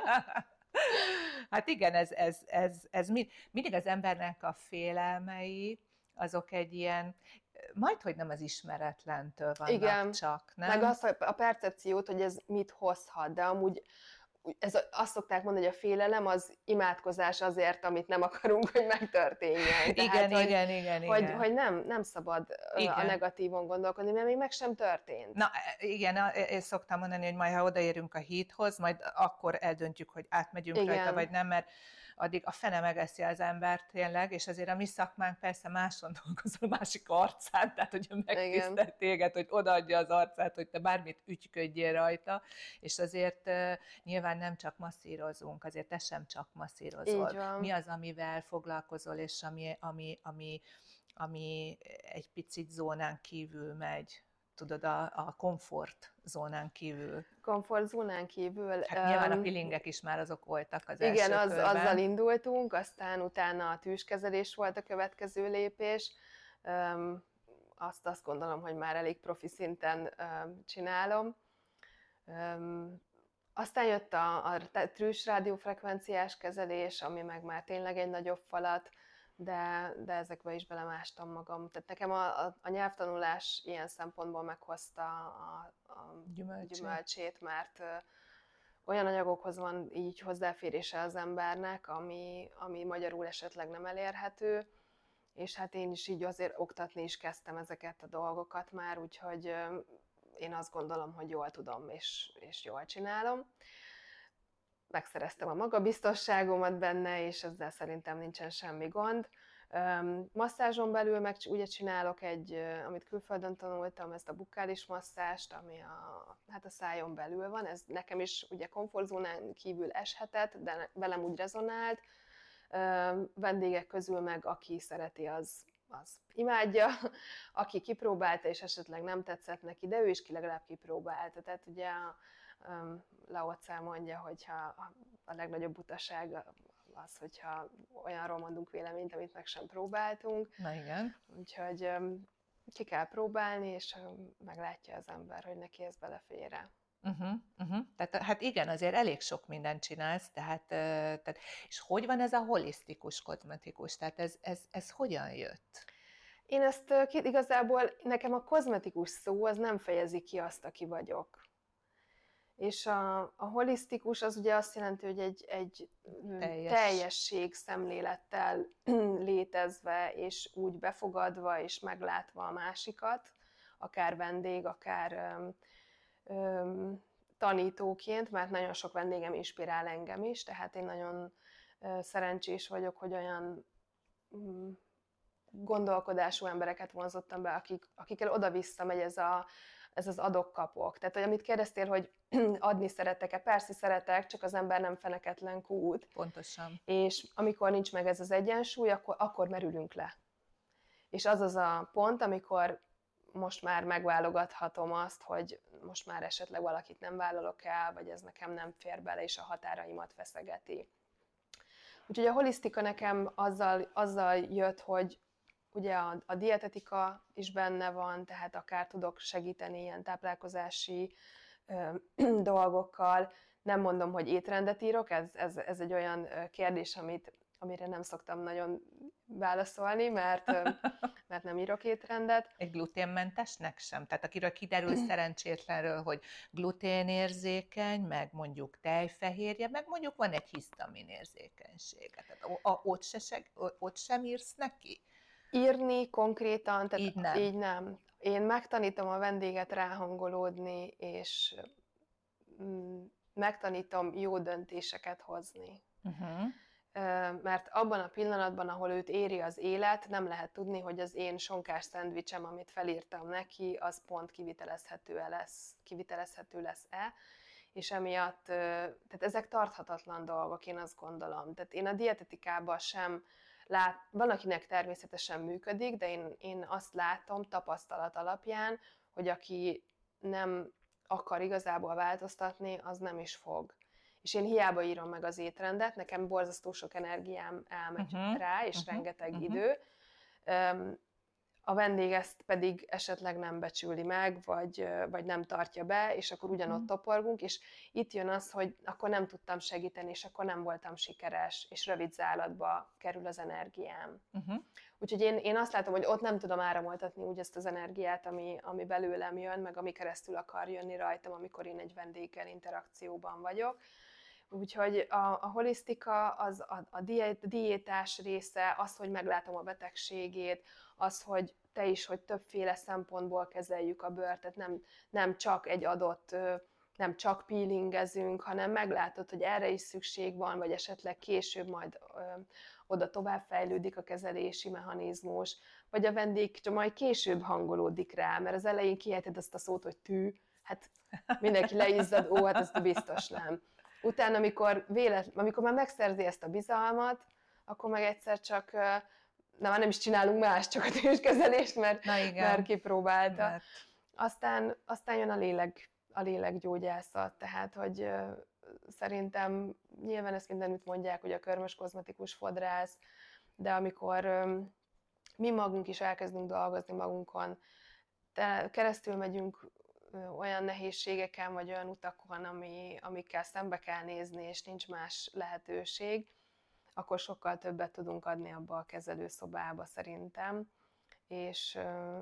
Hát igen, ez, ez, ez, ez mind, mindig az embernek a félelmei, azok egy ilyen, majdhogy nem az ismeretlentől vannak igen. csak, nem? Meg azt a percepciót, hogy ez mit hozhat, de amúgy ez, azt szokták mondani, hogy a félelem az imádkozás azért, amit nem akarunk, hogy megtörténjen. Igen, Tehát, igen, hogy, igen, hogy, igen. Hogy nem, nem szabad igen. a negatívon gondolkodni, mert még meg sem történt. Na igen, én szoktam mondani, hogy majd ha odaérünk a hídhoz, majd akkor eldöntjük, hogy átmegyünk igen. rajta, vagy nem, mert addig a fene megeszi az embert tényleg, és azért a mi szakmánk persze máson dolgozol, másik arcán, tehát hogy megtisztelt téged, hogy odaadja az arcát, hogy te bármit ügyködjél rajta, és azért uh, nyilván nem csak masszírozunk, azért te sem csak masszírozol. Mi az, amivel foglalkozol, és ami, ami, ami, ami egy picit zónán kívül megy, tudod, a, a komfort zónán kívül. Komfortzónán kívül. Hát nyilván a peelingek is már azok voltak az igen, első az, azzal indultunk, aztán utána a tűzkezelés volt a következő lépés. Um, azt azt gondolom, hogy már elég profi szinten um, csinálom. Um, aztán jött a, a trűs rádiófrekvenciás kezelés, ami meg már tényleg egy nagyobb falat, de, de ezekbe is belemástam magam. Tehát nekem a, a, a nyelvtanulás ilyen szempontból meghozta a, a gyümölcsét. gyümölcsét, mert olyan anyagokhoz van így hozzáférése az embernek, ami, ami magyarul esetleg nem elérhető, és hát én is így azért oktatni is kezdtem ezeket a dolgokat már, úgyhogy én azt gondolom, hogy jól tudom és, és jól csinálom. Megszereztem a magabiztosságomat benne, és ezzel szerintem nincsen semmi gond. Masszázson belül meg ugye csinálok egy, amit külföldön tanultam, ezt a bukális masszást, ami a, hát a szájon belül van. Ez nekem is ugye komfortzónán kívül eshetett, de velem úgy rezonált. Vendégek közül meg aki szereti, az, az imádja. Aki kipróbálta, és esetleg nem tetszett neki, de ő is ki legalább kipróbálta. Tehát ugye a Um, Lao Tse mondja, hogyha a legnagyobb butaság az, hogyha olyanról mondunk véleményt, amit meg sem próbáltunk. Na igen. Úgyhogy um, ki kell próbálni, és um, meglátja az ember, hogy neki ez belefér-e. Uh-huh, uh-huh. Tehát hát igen, azért elég sok mindent csinálsz, tehát, uh, tehát és hogy van ez a holisztikus kozmetikus? Tehát ez, ez, ez hogyan jött? Én ezt uh, igazából, nekem a kozmetikus szó az nem fejezi ki azt, aki vagyok. És a, a holisztikus az ugye azt jelenti, hogy egy, egy Teljes. teljesség szemlélettel létezve, és úgy befogadva, és meglátva a másikat, akár vendég, akár öm, öm, tanítóként, mert nagyon sok vendégem inspirál engem is, tehát én nagyon ö, szerencsés vagyok, hogy olyan ö, gondolkodású embereket vonzottam be, akik, akikkel oda-vissza megy ez a ez az adok-kapok. Tehát, hogy amit kérdeztél, hogy adni szeretek-e, persze szeretek, csak az ember nem feneketlen kút. Pontosan. És amikor nincs meg ez az egyensúly, akkor, akkor merülünk le. És az az a pont, amikor most már megválogathatom azt, hogy most már esetleg valakit nem vállalok el, vagy ez nekem nem fér bele, és a határaimat feszegeti. Úgyhogy a holisztika nekem azzal, azzal jött, hogy ugye a, a dietetika is benne van, tehát akár tudok segíteni ilyen táplálkozási ö, dolgokkal. Nem mondom, hogy étrendet írok, ez, ez, ez egy olyan kérdés, amit, amire nem szoktam nagyon válaszolni, mert, mert nem írok étrendet. Egy gluténmentesnek sem? Tehát akiről kiderül szerencsétlenről, hogy gluténérzékeny, meg mondjuk tejfehérje, meg mondjuk van egy hisztaminérzékenysége. Tehát a, a, ott, se, se, ott sem írsz neki? Írni konkrétan, tehát így nem. így nem. Én megtanítom a vendéget ráhangolódni, és megtanítom jó döntéseket hozni. Uh-huh. Mert abban a pillanatban, ahol őt éri az élet, nem lehet tudni, hogy az én sonkás szendvicsem, amit felírtam neki, az pont kivitelezhető lesz, kivitelezhető lesz-e, és emiatt, tehát ezek tarthatatlan dolgok, én azt gondolom. Tehát én a dietetikában sem lát, van, akinek természetesen működik, de én, én azt látom tapasztalat alapján, hogy aki nem akar igazából változtatni, az nem is fog. És én hiába írom meg az étrendet, nekem borzasztó sok energiám elmegy uh-huh, rá, és uh-huh, rengeteg uh-huh. idő. A vendég ezt pedig esetleg nem becsüli meg, vagy, vagy nem tartja be, és akkor ugyanott toporgunk, és itt jön az, hogy akkor nem tudtam segíteni, és akkor nem voltam sikeres, és rövid zálatba kerül az energiám. Uh-huh. Úgyhogy én, én azt látom, hogy ott nem tudom áramoltatni úgy ezt az energiát, ami, ami belőlem jön, meg ami keresztül akar jönni rajtam, amikor én egy vendéggel interakcióban vagyok. Úgyhogy a, a holisztika, az a, a diét, diétás része, az, hogy meglátom a betegségét, az, hogy te is, hogy többféle szempontból kezeljük a bőrt, tehát nem, nem csak egy adott, nem csak peelingezünk, hanem meglátod, hogy erre is szükség van, vagy esetleg később majd ö, oda tovább fejlődik a kezelési mechanizmus, vagy a vendég csak majd később hangolódik rá, mert az elején kiejted azt a szót, hogy tű, hát mindenki leizzad, ó, hát ezt biztos nem. Utána, amikor, véletlen, amikor már megszerzi ezt a bizalmat, akkor meg egyszer csak, na már nem is csinálunk más, csak a tűzkezelést, mert, mert kipróbálta. Mert... Aztán, aztán jön a lélek, a lélekgyógyászat, tehát, hogy szerintem nyilván ezt mindenütt mondják, hogy a körmös kozmetikus fodrász, de amikor mi magunk is elkezdünk dolgozni magunkon, keresztül megyünk olyan nehézségeken, vagy olyan utakon, ami, amikkel szembe kell nézni, és nincs más lehetőség, akkor sokkal többet tudunk adni abba a kezelőszobába szerintem. És,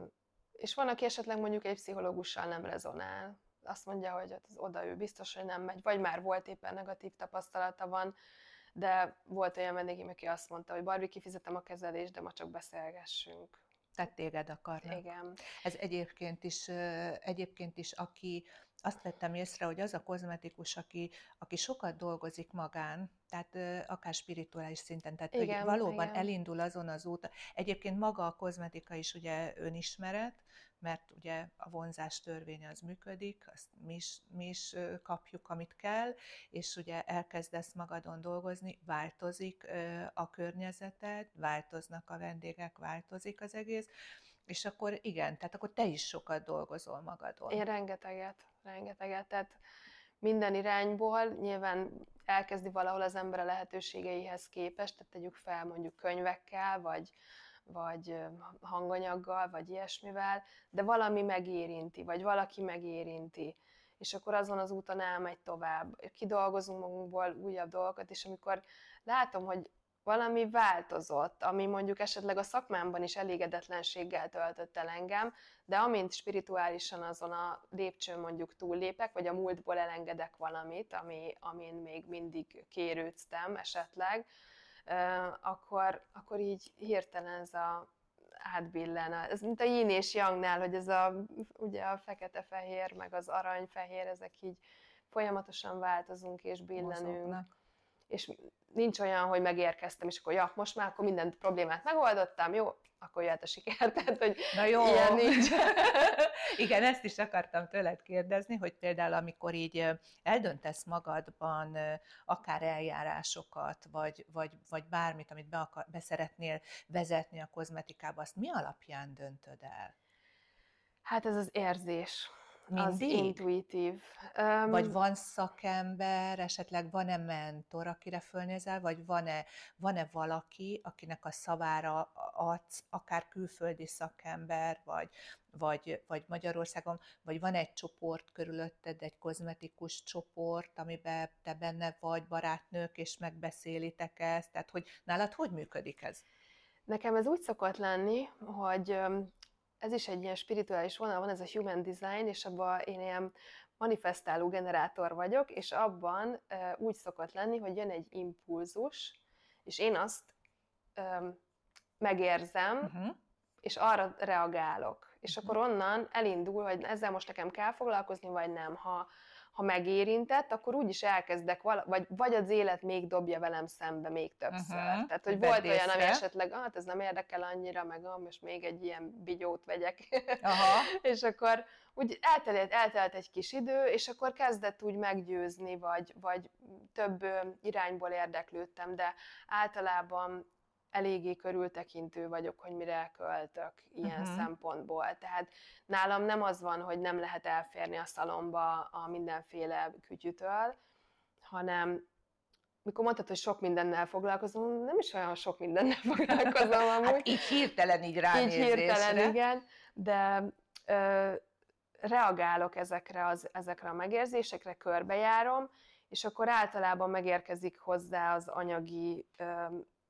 és van, aki esetleg mondjuk egy pszichológussal nem rezonál. Azt mondja, hogy az oda ő biztos, hogy nem megy, vagy már volt éppen negatív tapasztalata van, de volt olyan vendégem, aki azt mondta, hogy Barbie, kifizetem a kezelést, de ma csak beszélgessünk. Tehát téged akarnak. Igen. Ez egyébként is, egyébként is, aki azt vettem észre, hogy az a kozmetikus, aki, aki sokat dolgozik magán, tehát akár spirituális szinten, tehát igen, hogy valóban igen. elindul azon az úton. Egyébként maga a kozmetika is ugye önismeret, mert ugye a vonzás törvénye az működik, azt mi is, mi is kapjuk, amit kell, és ugye elkezdesz magadon dolgozni, változik a környezeted, változnak a vendégek, változik az egész, és akkor igen, tehát akkor te is sokat dolgozol magadon. Én rengeteget, rengeteget, tehát minden irányból nyilván elkezdi valahol az ember a lehetőségeihez képest, tehát tegyük fel mondjuk könyvekkel, vagy, vagy hanganyaggal, vagy ilyesmivel, de valami megérinti, vagy valaki megérinti, és akkor azon az úton elmegy tovább. Kidolgozunk magunkból újabb dolgokat, és amikor látom, hogy valami változott, ami mondjuk esetleg a szakmámban is elégedetlenséggel töltött el engem, de amint spirituálisan azon a lépcsőn mondjuk túllépek, vagy a múltból elengedek valamit, ami, amin még mindig kérőctem esetleg, akkor, akkor így hirtelen ez a átbillen. Ez mint a yin és yangnál, hogy ez a, ugye a fekete-fehér, meg az arany-fehér, ezek így folyamatosan változunk és billenünk. Mozognak. És nincs olyan, hogy megérkeztem, és akkor ja, most már akkor minden problémát megoldottam, jó, akkor jöhet a siker, tehát, hogy na jó. Ilyen nincs. Igen, ezt is akartam tőled kérdezni, hogy például amikor így eldöntesz magadban akár eljárásokat, vagy, vagy, vagy bármit, amit be, akar, be szeretnél vezetni a kozmetikába, azt mi alapján döntöd el? Hát ez az érzés. Mindig? Az intuitív. Vagy van szakember, esetleg van-e mentor, akire fölnézel, vagy van-e, van-e valaki, akinek a szavára adsz, akár külföldi szakember, vagy, vagy, vagy Magyarországon, vagy van egy csoport körülötted, egy kozmetikus csoport, amiben te benne vagy, barátnők, és megbeszélitek ezt, tehát hogy nálad hogy működik ez? Nekem ez úgy szokott lenni, hogy ez is egy ilyen spirituális vonal, van ez a human design, és abban én ilyen manifestáló generátor vagyok, és abban úgy szokott lenni, hogy jön egy impulzus, és én azt megérzem, uh-huh. és arra reagálok. És uh-huh. akkor onnan elindul, hogy ezzel most nekem kell foglalkozni, vagy nem. Ha, ha megérintett, akkor úgyis elkezdek, vala, vagy, vagy az élet még dobja velem szembe még többször. Uh-huh. Tehát, hogy volt olyan, ami esetleg, ah, hát ez nem érdekel annyira, meg ah, most még egy ilyen bigyót vegyek. Aha. És akkor úgy eltelt, eltelt egy kis idő, és akkor kezdett úgy meggyőzni, vagy, vagy több irányból érdeklődtem, de általában eléggé körültekintő vagyok, hogy mire költök ilyen uh-huh. szempontból. Tehát nálam nem az van, hogy nem lehet elférni a szalomba a mindenféle kütyütől, hanem mikor mondtad, hogy sok mindennel foglalkozom, nem is olyan sok mindennel foglalkozom amúgy. Hát így hirtelen így ránézésre. Így hirtelen, igen, de ö, reagálok ezekre, az, ezekre a megérzésekre, körbejárom, és akkor általában megérkezik hozzá az anyagi ö,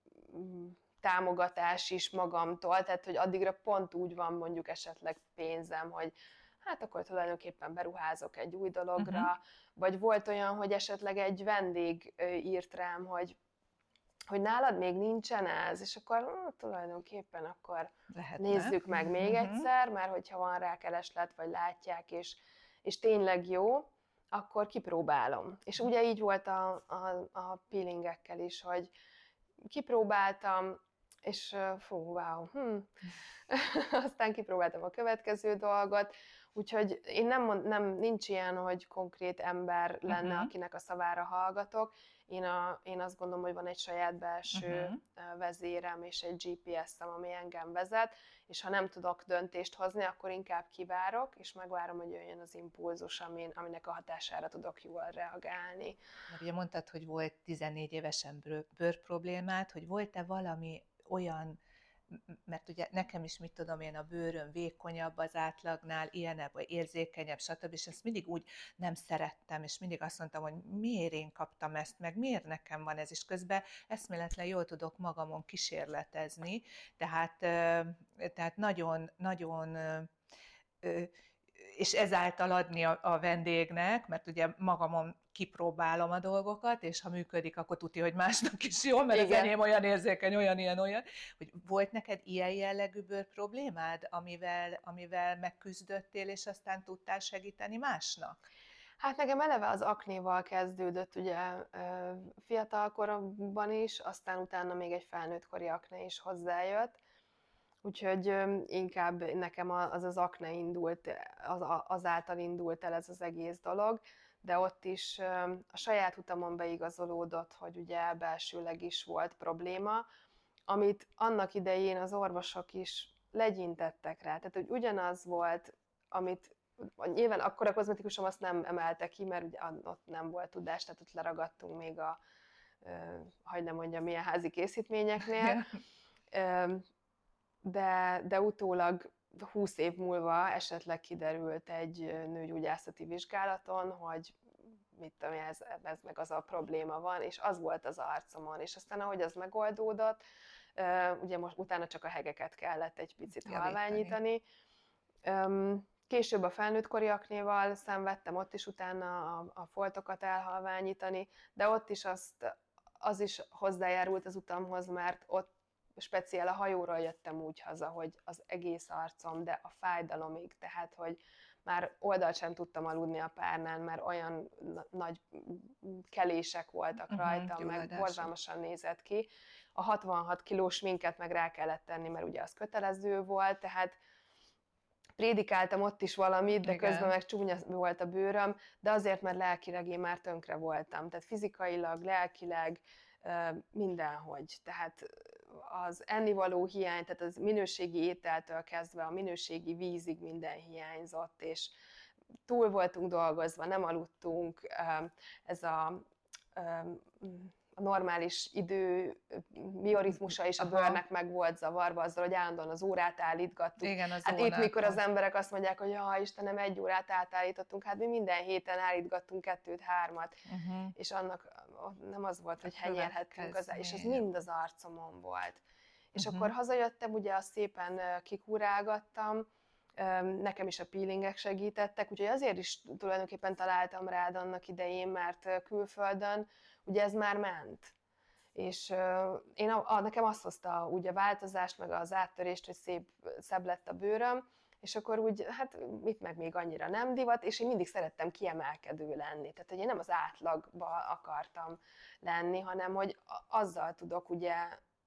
támogatás is magamtól, tehát hogy addigra pont úgy van mondjuk esetleg pénzem, hogy hát akkor tulajdonképpen beruházok egy új dologra, uh-huh. vagy volt olyan, hogy esetleg egy vendég írt rám, hogy, hogy nálad még nincsen ez, és akkor hm, tulajdonképpen akkor lehetne. Nézzük meg még uh-huh. egyszer, mert hogyha van rá kereslet, vagy látják, és, és tényleg jó, akkor kipróbálom. És ugye így volt a, a, a peelingekkel is, hogy kipróbáltam, és fú, wow, hm. aztán kipróbáltam a következő dolgot, úgyhogy én nem, mond, nem nincs ilyen, hogy konkrét ember lenne, uh-huh. akinek a szavára hallgatok. Én, a, én azt gondolom, hogy van egy saját belső uh-huh. vezérem és egy gé pé es-em, ami engem vezet, és ha nem tudok döntést hozni, akkor inkább kivárok, és megvárom, hogy jöjjön az impulzus, amin, aminek a hatására tudok jól reagálni. Mert ugye mondtad, hogy volt tizennégy évesen bőr, bőr problémát, hogy volt-e valami olyan, mert ugye nekem is, mit tudom én, a bőröm vékonyabb az átlagnál, ilyenebb, vagy érzékenyebb, stb. És ezt mindig úgy nem szerettem, és mindig azt mondtam, hogy miért én kaptam ezt, meg miért nekem van ez, és közben eszméletlen jól tudok magamon kísérletezni, tehát, tehát nagyon, nagyon, és ezáltal adni a, a vendégnek, mert ugye magamon kipróbálom a dolgokat, és ha működik, akkor tudja, hogy másnak is jó, mert igen. Az enyém olyan érzékeny, olyan, ilyen, olyan. Hogy volt neked ilyen jellegű bőr problémád, amivel, amivel megküzdöttél, és aztán tudtál segíteni másnak? Hát nekem eleve az aknéval kezdődött, ugye fiatal koromban is, aztán utána még egy felnőttkori akné is hozzájött. Úgyhogy inkább nekem az az akne indult, az, azáltal indult el ez az egész dolog, de ott is a saját utamon beigazolódott, hogy ugye belsőleg is volt probléma, amit annak idején az orvosok is legyintettek rá. Tehát, hogy ugyanaz volt, amit nyilván akkor a kozmetikusom azt nem emelte ki, mert ugye ott nem volt tudás, tehát ott leragadtunk még a, hogy nem mondjam, milyen házi készítményeknél. De, de utólag húsz év múlva esetleg kiderült egy nőgyógyászati vizsgálaton, hogy mit tudom, ez, ez meg az a probléma van, és az volt az arcomon. És aztán, ahogy az megoldódott, ugye most utána csak a hegeket kellett egy picit halványítani. Később a felnőttkori aknéval szenvedtem, ott is utána a, a foltokat elhalványítani, de ott is azt, az is hozzájárult az utamhoz, mert ott speciál a hajóról jöttem úgy haza, hogy az egész arcom, de a fájdalomig, tehát, hogy már oldalt sem tudtam aludni a párnán, mert olyan nagy kelések voltak uh-huh, rajtam, meg borzalmasan nézett ki. A hatvanhat kilós minket meg rá kellett tenni, mert ugye az kötelező volt, tehát prédikáltam ott is valamit, de igen. Közben meg csúnya volt a bőröm, de azért, mert lelkileg én már tönkre voltam. Tehát fizikailag, lelkileg, mindenhogy. Tehát az ennivaló hiány, tehát az minőségi ételtől kezdve a minőségi vízig minden hiányzott, és túl voltunk dolgozva, nem aludtunk, ez a, a normális idő bioritmusa is a bőrnek meg volt zavarva azzal, hogy állandóan az órát állítgattuk. Igen, az hát itt, mikor az emberek azt mondják, hogy ja, Istenem, egy órát átállítottunk, hát mi minden héten állítgattunk kettőt, hármat, uh-huh. és annak nem az volt, hogy henyerhettünk, az, és ez mind az arcomon volt. És Uh-huh. akkor hazajöttem, ugye azt szépen kikúrálgattam, nekem is a peelingek segítettek, úgyhogy azért is tulajdonképpen találtam rád annak idején, mert külföldön ugye ez már ment. És uh, én a, a, nekem azt hozta úgy a változást, meg az áttörést, hogy szép, szebb lett a bőröm, és akkor úgy, hát itt meg még annyira nem divat, és én mindig szerettem kiemelkedő lenni. Tehát, hogy én nem az átlagba akartam lenni, hanem, hogy azzal tudok ugye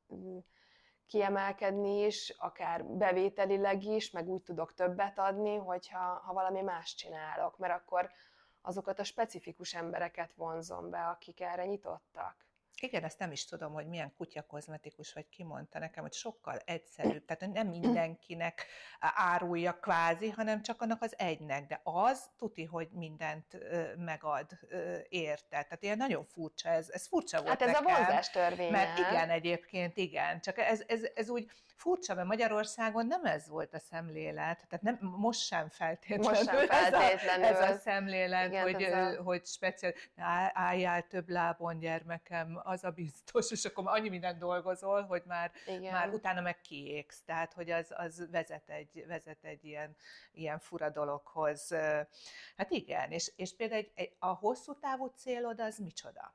kiemelkedni is, akár bevételileg is, meg úgy tudok többet adni, hogyha ha valami más csinálok, mert akkor azokat a specifikus embereket vonzom be, akik erre nyitottak. Igen, ezt nem is tudom, hogy milyen kutyakozmetikus vagy, ki mondta nekem, hogy sokkal egyszerűbb, tehát nem mindenkinek árulja kvázi, hanem csak annak az egynek, de az tuti, hogy mindent megad érte. Tehát ilyen nagyon furcsa, ez, ez furcsa volt hát ez nekem. a vonzás törvénye. Mert igen, egyébként igen, csak ez, ez, ez úgy furcsa, mert Magyarországon nem ez volt a szemlélet, tehát nem, most sem feltétlenül, most sem feltétlenül. Ez, a, ez a szemlélet, igen, hogy, a... hogy speciál, álljál több lábon, gyermekem, az a biztos, és akkor annyi minden dolgozol, hogy már, már utána meg kiégsz, tehát hogy az, az vezet egy, vezet egy ilyen, ilyen fura dologhoz. Hát igen, és, és például egy, egy, a hosszú távú célod az micsoda?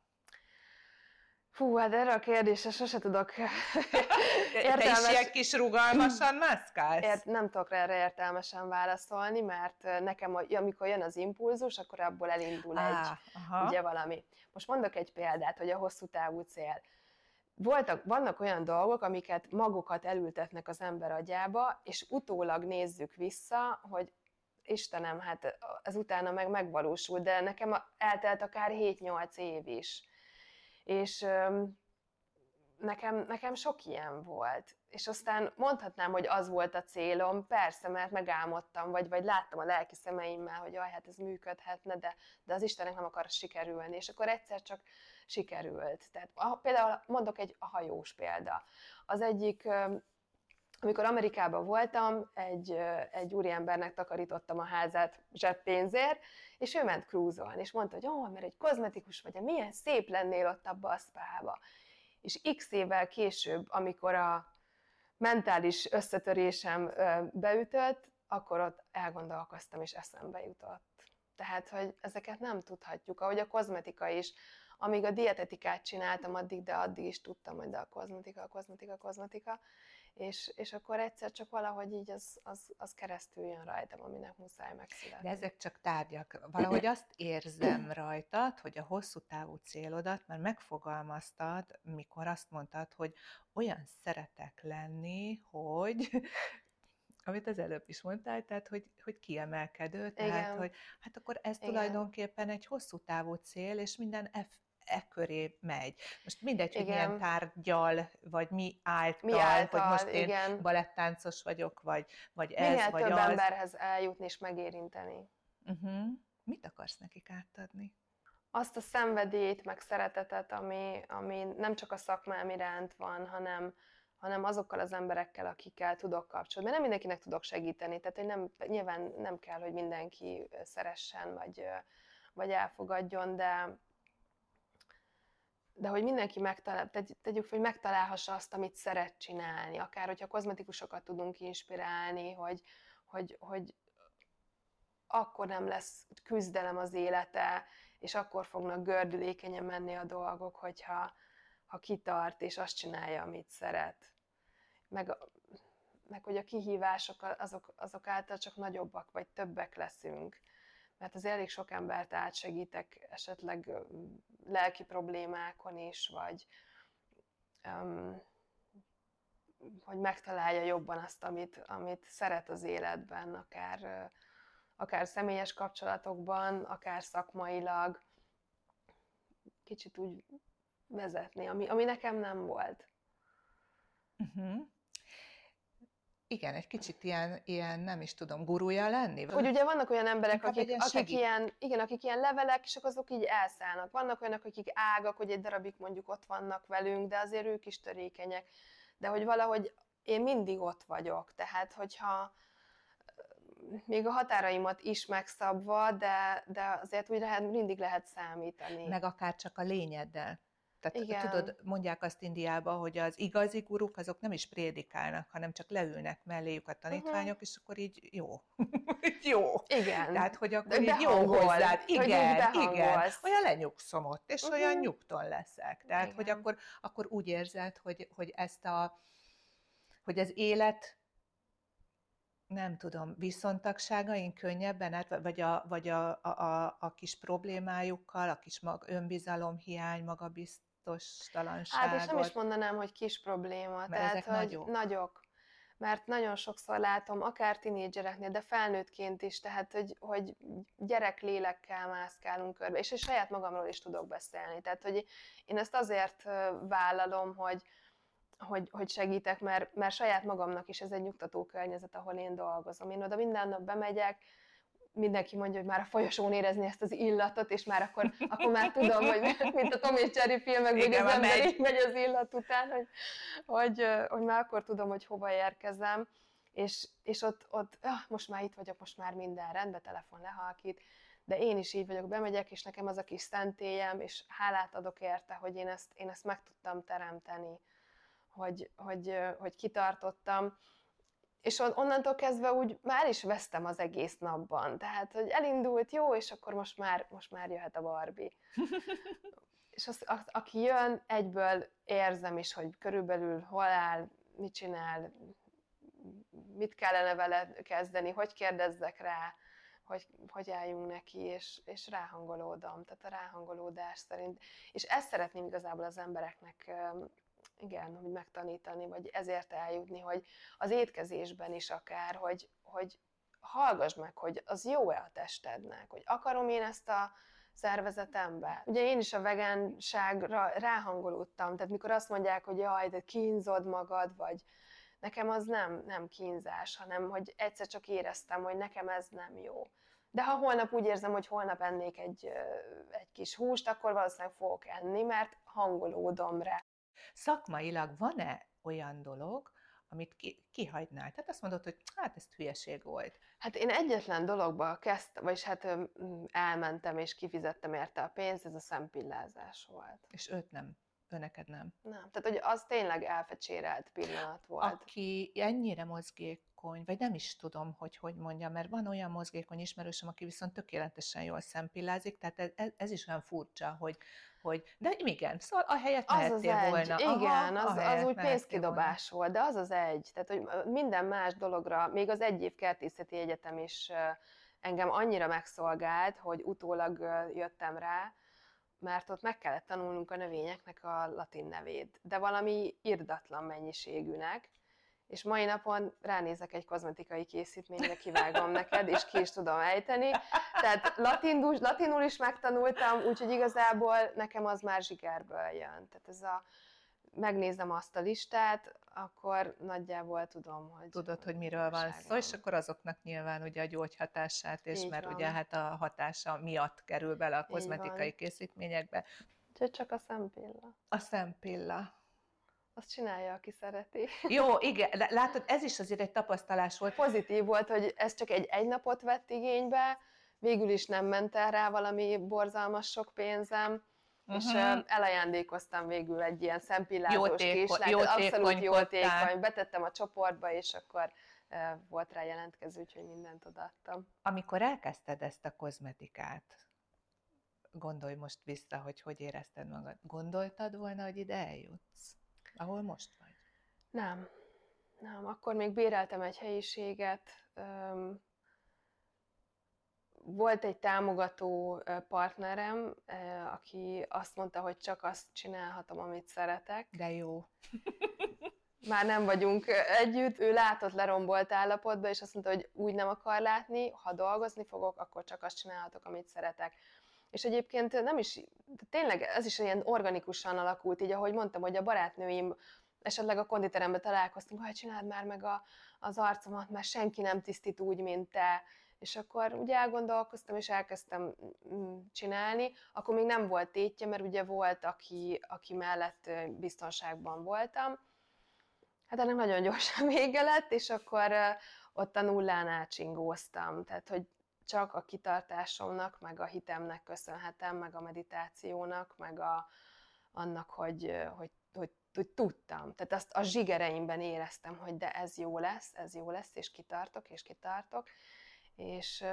Fú, hát erre a kérdésre sose tudok értelmes... Te is ilyen kis rugalmasan mászkálsz? Ért, nem tudok erre értelmesen válaszolni, mert nekem, amikor jön az impulzus, akkor abból elindul ah, egy aha. ugye valami. Most mondok egy példát, hogy a hosszú távú cél. Voltak, vannak olyan dolgok, amiket magukat elültetnek az ember agyába, és utólag nézzük vissza, hogy Istenem, hát ez utána meg megvalósul, de nekem eltelt akár hét-nyolc év is. És öm, nekem, nekem sok ilyen volt. És aztán mondhatnám, hogy az volt a célom, persze, mert megálmodtam, vagy, vagy láttam a lelki szemeimmel, hogy jaj, hát ez működhetne, de, de az Istennek nem akar sikerülni. És akkor egyszer csak sikerült. Tehát a, például mondok egy a hajós példa. Az egyik, amikor Amerikában voltam, egy, egy úriembernek takarítottam a házát zseppénzért, és ő ment cruise-olni, és mondta, hogy ó, mert egy kozmetikus vagy, milyen szép lennél ott abba a spába. És x évvel később, amikor a mentális összetörésem beütött, akkor ott elgondolkoztam, és eszembe jutott. Tehát, hogy ezeket nem tudhatjuk, ahogy a kozmetika is. Amíg a dietetikát csináltam addig, de addig is tudtam, hogy de a kozmetika, a kozmetika, a kozmetika, és, és akkor egyszer csak valahogy így az, az, az keresztül jön rajtam, aminek muszáj megszületni. De ezek csak tárgyak. Valahogy azt érzem rajtad, hogy a hosszú távú célodat már megfogalmaztad, mikor azt mondtad, hogy olyan szeretek lenni, hogy... amit az előbb is mondtál, tehát, hogy, hogy kiemelkedő, tehát, igen. hogy hát akkor ez igen. tulajdonképpen egy hosszú távú cél, és minden F e köré megy. Most mindegy, hogy milyen tárgyal, vagy mi által, mi által hogy most én igen. balettáncos vagyok, vagy, vagy ez, minél vagy több az. emberhez eljutni és megérinteni. Uh-huh. Mit akarsz nekik átadni? Azt a szenvedélyt, meg szeretetet, ami, ami nem csak a szakmám iránt van, hanem, hanem azokkal az emberekkel, akikkel tudok kapcsolódni. Mert nem mindenkinek tudok segíteni, tehát hogy nem, nyilván nem kell, hogy mindenki szeressen, vagy, vagy elfogadjon, de de hogy mindenki megtalál, tegyük, hogy megtalálhassa azt, amit szeret csinálni, akár hogyha kozmetikusokat tudunk inspirálni, hogy, hogy, hogy akkor nem lesz küzdelem az élete, és akkor fognak gördülékenyen menni a dolgok, hogyha ha kitart, és azt csinálja, amit szeret. Meg, meg hogy a kihívások azok, azok által csak nagyobbak, vagy többek leszünk. Mert az elég sok embert átsegítek esetleg lelki problémákon is, vagy um, hogy megtalálja jobban azt, amit, amit szeret az életben, akár, akár személyes kapcsolatokban, akár szakmailag, kicsit úgy vezetni, ami, ami nekem nem volt. Uh-huh. Igen, egy kicsit ilyen, ilyen, nem is tudom, gurúja lenni? Hogy ugye vannak olyan emberek, akik, akik, ilyen, igen, akik ilyen levelek, és azok így elszállnak. Vannak olyanok, akik ágak, hogy egy darabig mondjuk ott vannak velünk, de azért ők is törékenyek. De hogy valahogy én mindig ott vagyok. Tehát, hogyha még a határaimat is megszabva, de, de azért úgy lehet, mindig lehet számítani. Meg akár csak a lényeddel. Tehát Igen. tudod, mondják azt Indiában, hogy az igazi guruk azok nem is prédikálnak, hanem csak leülnek melléjük a tanítványok, uh-huh. és akkor így jó. jó. Igen. Tehát, hogy akkor De így jó behangol, hozzád. Igen, igen. Olyan lenyugszom ott, és uh-huh. olyan nyugton leszek. Tehát, igen. hogy akkor, akkor úgy érzed, hogy, hogy ezt a, hogy az élet, nem tudom, viszontagságaink könnyebben, át, vagy, a, vagy a, a, a, a kis problémájukkal, a kis mag, önbizalomhiány, magabiztostalanságot. Hát és nem is mondanám, hogy kis probléma, mert tehát ezek hogy nagyok. nagyok. Mert nagyon sokszor látom, akár tinédzsereknél, de felnőttként is, tehát hogy, hogy gyerek lélekkel mászkálunk körbe, és én saját magamról is tudok beszélni. Tehát, hogy én ezt azért vállalom, hogy, hogy, hogy segítek, mert, mert saját magamnak is ez egy nyugtató környezet, ahol én dolgozom. Én oda minden nap bemegyek, mindenki mondja, hogy már a folyosón érezni ezt az illatot, és már akkor, akkor már tudom, hogy mint a Tom és Jerry filmekben, hogy az ember így megy az illat után, hogy, hogy, hogy már akkor tudom, hogy hova érkezem, és, és ott, ott ah, most már itt vagyok, most már minden rendben, telefon lehalkít, de én is így vagyok, bemegyek, és nekem az a kis szentélyem, és hálát adok érte, hogy én ezt, én ezt meg tudtam teremteni, hogy, hogy, hogy kitartottam, és onnantól kezdve úgy már is vesztem az egész napban. Tehát, hogy elindult, jó, és akkor most már, most már jöhet a Barbie. És az, a, aki jön, egyből érzem is, hogy körülbelül hol áll, mit csinál, mit kellene vele kezdeni, hogy kérdezzek rá, hogy, hogy álljunk neki, és, és ráhangolódom. Tehát a ráhangolódás szerint. És ezt szeretném igazából az embereknek igen, hogy megtanítani, vagy ezért eljutni, hogy az étkezésben is akár, hogy, hogy hallgass meg, hogy az jó-e a testednek, hogy akarom én ezt a szervezetembe. Ugye én is a vegánságra ráhangolódtam, tehát mikor azt mondják, hogy jaj, de kínzod magad, vagy nekem az nem, nem kínzás, hanem hogy egyszer csak éreztem, hogy nekem ez nem jó. De ha holnap úgy érzem, hogy holnap ennék egy, egy kis húst, akkor valószínűleg fogok enni, mert hangolódom rá. Szakmailag van-e olyan dolog, amit ki, kihagynál? Tehát azt mondod, hogy hát ez hülyeség volt. Hát én egyetlen dologba kezdtem, vagyis hát elmentem és kifizettem érte a pénzt, ez a szempillázás volt. És őt nem, ő neked nem. Nem, tehát hogy az tényleg elfecsérelt pillanat volt. Aki ennyire mozgékony, vagy nem is tudom, hogy hogy mondjam, mert van olyan mozgékony ismerősöm, aki viszont tökéletesen jól szempillázik, tehát ez, ez is olyan furcsa, hogy hogy, de igen, szóval a helyet mehettél az volna. Az egy, igen, Aha, az, az úgy pénzkidobás volna. Volt, de az az egy. Tehát, hogy minden más dologra, még az egy év kertészeti egyetem is engem annyira megszolgált, hogy utólag jöttem rá, mert ott meg kellett tanulnunk a növényeknek a latin nevét, de valami irdatlan mennyiségűnek, és mai napon ránézek egy kozmetikai készítményre, kivágom neked, és ki is tudom ejteni. Tehát latinul, latinul is megtanultam, úgyhogy igazából nekem az már zsigerből jön. Tehát ez a, megnézem azt a listát, akkor nagyjából tudom, hogy... Tudod, hogy miről van szó, és akkor azoknak nyilván ugye a gyógyhatását, és így mert van. ugye hát a hatása miatt kerül bele a kozmetikai készítményekbe. Úgyhogy csak a szempilla. A szempilla. Azt csinálja, aki szereti. Jó, igen, látod, ez is azért egy tapasztalás volt. Pozitív volt, hogy ez csak egy egy napot vett igénybe, végül is nem ment el rá valami borzalmas sok pénzem, uh-huh. és elajándékoztam végül egy ilyen szempillázós kislányt, abszolút jótékony, betettem a csoportba, és akkor volt rá jelentkező, úgyhogy mindent odaadtam. Amikor elkezdted ezt a kozmetikát, gondolj most vissza, hogy hogy érezted magad. Gondoltad volna, hogy ide eljutsz? Ahol most vagy? Nem. Nem. Akkor még béreltem egy helyiséget. Volt egy támogató partnerem, aki azt mondta, hogy csak azt csinálhatom, amit szeretek. De jó. Már nem vagyunk együtt. Ő látott lerombolt állapotba, és azt mondta, hogy úgy nem akar látni, ha dolgozni fogok, akkor csak azt csinálhatok, amit szeretek. És egyébként nem is, tényleg ez is ilyen organikusan alakult, így ahogy mondtam, hogy a barátnőim esetleg a konditeremben találkoztunk, hogy csináld már meg a, az arcomat, mert senki nem tisztít úgy, mint te. És akkor ugye elgondolkoztam, és elkezdtem csinálni. Akkor még nem volt tétje, mert ugye volt, aki, aki mellett biztonságban voltam. Hát ennek nagyon gyorsan vége lett, és akkor ott a nullán átsingóztam. Tehát, hogy csak a kitartásomnak, meg a hitemnek köszönhetem, meg a meditációnak, meg a, annak, hogy, hogy, hogy, hogy tudtam. Tehát azt a zsigereimben éreztem, hogy de ez jó lesz, ez jó lesz, és kitartok, és kitartok. És,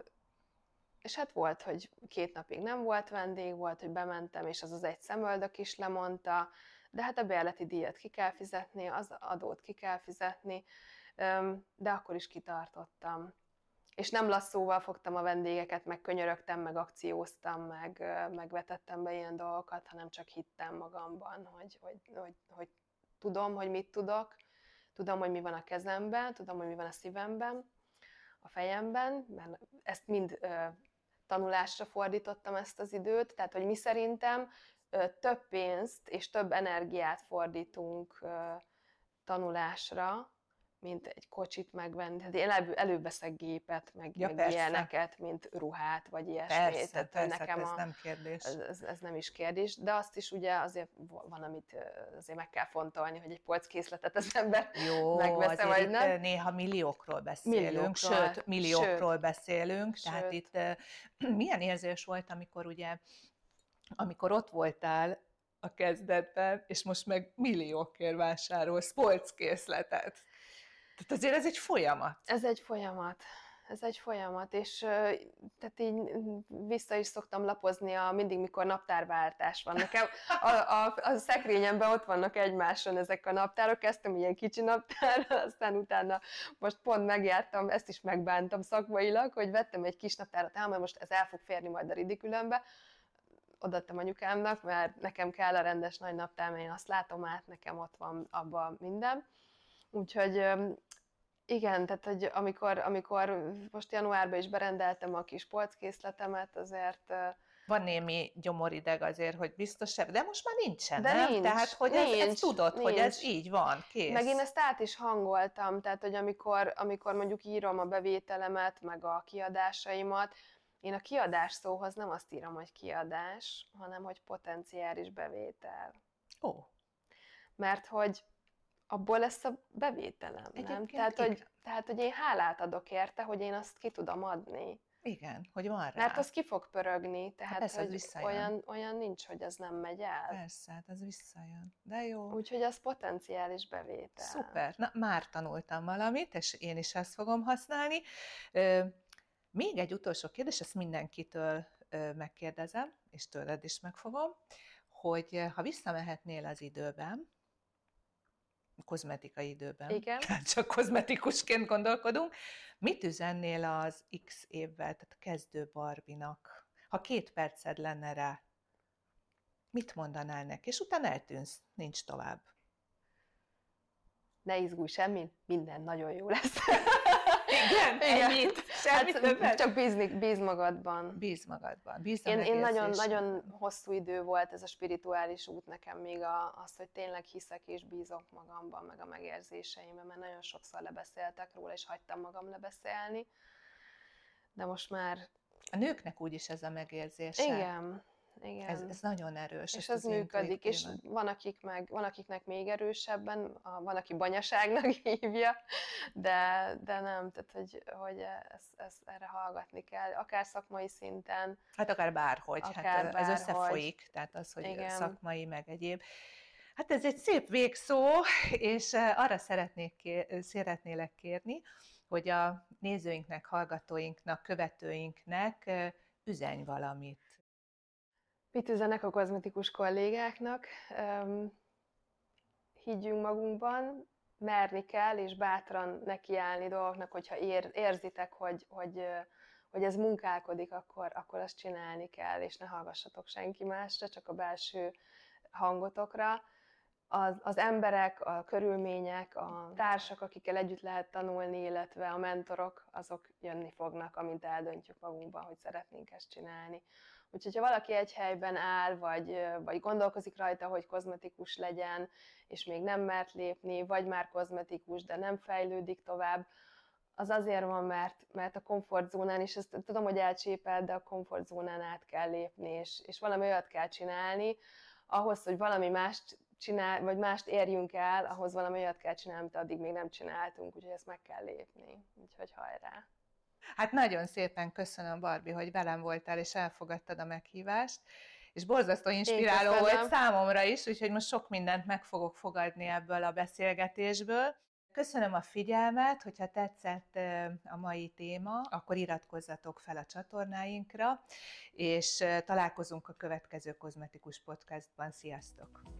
és hát volt, hogy két napig nem volt vendég, volt, hogy bementem, és az az egy szemöldök is lemondta, de hát a bérleti díjat ki kell fizetni, az adót ki kell fizetni, de akkor is kitartottam. És nem lasszóval fogtam a vendégeket, meg könyörögtem, meg akcióztam, meg, meg vetettem be ilyen dolgokat, hanem csak hittem magamban, hogy, hogy, hogy, hogy tudom, hogy mit tudok, tudom, hogy mi van a kezemben, tudom, hogy mi van a szívemben, a fejemben, mert ezt mind ö, tanulásra fordítottam ezt az időt, tehát hogy mi szerintem ö, több pénzt és több energiát fordítunk ö, tanulásra, mint egy kocsit megvenni. Hát én előbb, előbb veszek gépet, meg, Ja, meg ilyeneket, mint ruhát, vagy ilyesmi. Persze, Tehát persze, nekem ez a, nem kérdés. Ez, ez, ez nem is kérdés, de azt is ugye azért van, amit azért meg kell fontolni, hogy egy polckészletet az ember Jó, megvesz, vagy nem. Itt néha milliókról beszélünk, milliókról, sőt, milliókról sőt, beszélünk, sőt. Tehát itt milyen érzés volt, amikor ugye, amikor ott voltál a kezdetben, és most meg milliókért vásárolsz polckészletet. Tehát azért ez egy folyamat. Ez egy folyamat. Ez egy folyamat, és tehát így vissza is szoktam lapozni, a, mindig, mikor naptárváltás van. Nekem a, a, a szekrényemben ott vannak egymáson ezek a naptárok, kezdtem ilyen kicsi naptárral, aztán utána most pont megjártam, ezt is megbántam szakmailag, hogy vettem egy kis naptárat, ám, mert most ez el fog férni majd a ridikülönbe, odaadtam anyukámnak, mert nekem kell a rendes nagy naptár, mert én azt látom át, nekem ott van abban minden. Úgyhogy igen, tehát hogy amikor, amikor most januárban is berendeltem a kis polckészletemet, azért... Van némi gyomorideg azért, hogy biztos, de most már nincsen, de nem? Nincs, tehát, hogy nincs, ezt, ezt tudod, nincs. hogy ez így van, kész. Meg én ezt át is hangoltam, tehát, hogy amikor, amikor mondjuk írom a bevételemet, meg a kiadásaimat, én a kiadás szóhoz nem azt írom, hogy kiadás, hanem, hogy potenciális bevétel. Ó. Mert hogy abból lesz a bevételem, nem? Tehát hogy, tehát, hogy én hálát adok érte, hogy én azt ki tudom adni. Igen, hogy van rá. Mert az ki fog pörögni, tehát persze, hogy olyan, olyan nincs, hogy az nem megy el. Persze, hát az visszajön. De jó. Úgyhogy az potenciális bevétel. Szuper. Na, már tanultam valamit, és én is ezt fogom használni. Még egy utolsó kérdés, ezt mindenkitől megkérdezem, és tőled is megfogom, hogy ha visszamehetnél az időben, kozmetikai időben, igen. tehát csak kozmetikusként gondolkodunk, mit üzennél az X évvel, tehát a kezdő Barbinak, ha két perced lenne rá, mit mondanál neki, és utána eltűnsz, nincs tovább. Ne izgulj semmi, minden nagyon jó lesz. Igen, ennyit, semmit hát, többet. Csak bízni, bíz magadban. Bíz magadban, bíz Én, én nagyon, nagyon hosszú idő volt ez a spirituális út nekem még a, az, hogy tényleg hiszek és bízok magamban, meg a megérzéseimben, mert nagyon sokszor lebeszéltek róla, és hagytam magam lebeszélni. De most már... A nőknek úgyis ez a megérzése. Igen. Igen. Ez, ez nagyon erős. És ez működik, és van, akik meg, van akiknek még erősebben, van, aki banyaságnak hívja, de, de nem, tehát hogy, hogy ez, ez, erre hallgatni kell, akár szakmai szinten. Hát akár bárhogy, akár hát bárhogy. Ez összefolyik, tehát az, hogy igen. Szakmai, meg egyéb. Hát ez egy szép végszó, és arra szeretnék kér, szeretnélek kérni, hogy a nézőinknek, hallgatóinknak, követőinknek üzenj valamit. Mit üzenek a kozmetikus kollégáknak? Higgyünk magunkban, merni kell, és bátran nekiállni dolgoknak, hogyha ér, érzitek, hogy, hogy, hogy ez munkálkodik, akkor, akkor azt csinálni kell, és ne hallgassatok senki másra, csak a belső hangotokra. Az, az emberek, a körülmények, a társak, akikkel együtt lehet tanulni, illetve a mentorok, azok jönni fognak, amint eldöntjük magunkban, hogy szeretnénk ezt csinálni. Úgyhogy ha valaki egy helyben áll, vagy, vagy gondolkozik rajta, hogy kozmetikus legyen, és még nem mert lépni, vagy már kozmetikus, de nem fejlődik tovább, az azért van, mert, mert a komfortzónán, és ezt tudom, hogy elcsépel, de a komfortzónán át kell lépni, és, és valami olyat kell csinálni, ahhoz, hogy valami mást csinál, vagy mást érjünk el, ahhoz valami olyat kell csinálni, amit addig még nem csináltunk, úgyhogy ezt meg kell lépni. Úgyhogy hajrá! Hát nagyon szépen köszönöm, Barbi, hogy velem voltál, és elfogadtad a meghívást, és borzasztó inspiráló volt számomra is, úgyhogy most sok mindent meg fogok fogadni ebből a beszélgetésből. Köszönöm a figyelmet, hogyha tetszett a mai téma, akkor iratkozzatok fel a csatornáinkra, és találkozunk a következő kozmetikus podcastban. Sziasztok!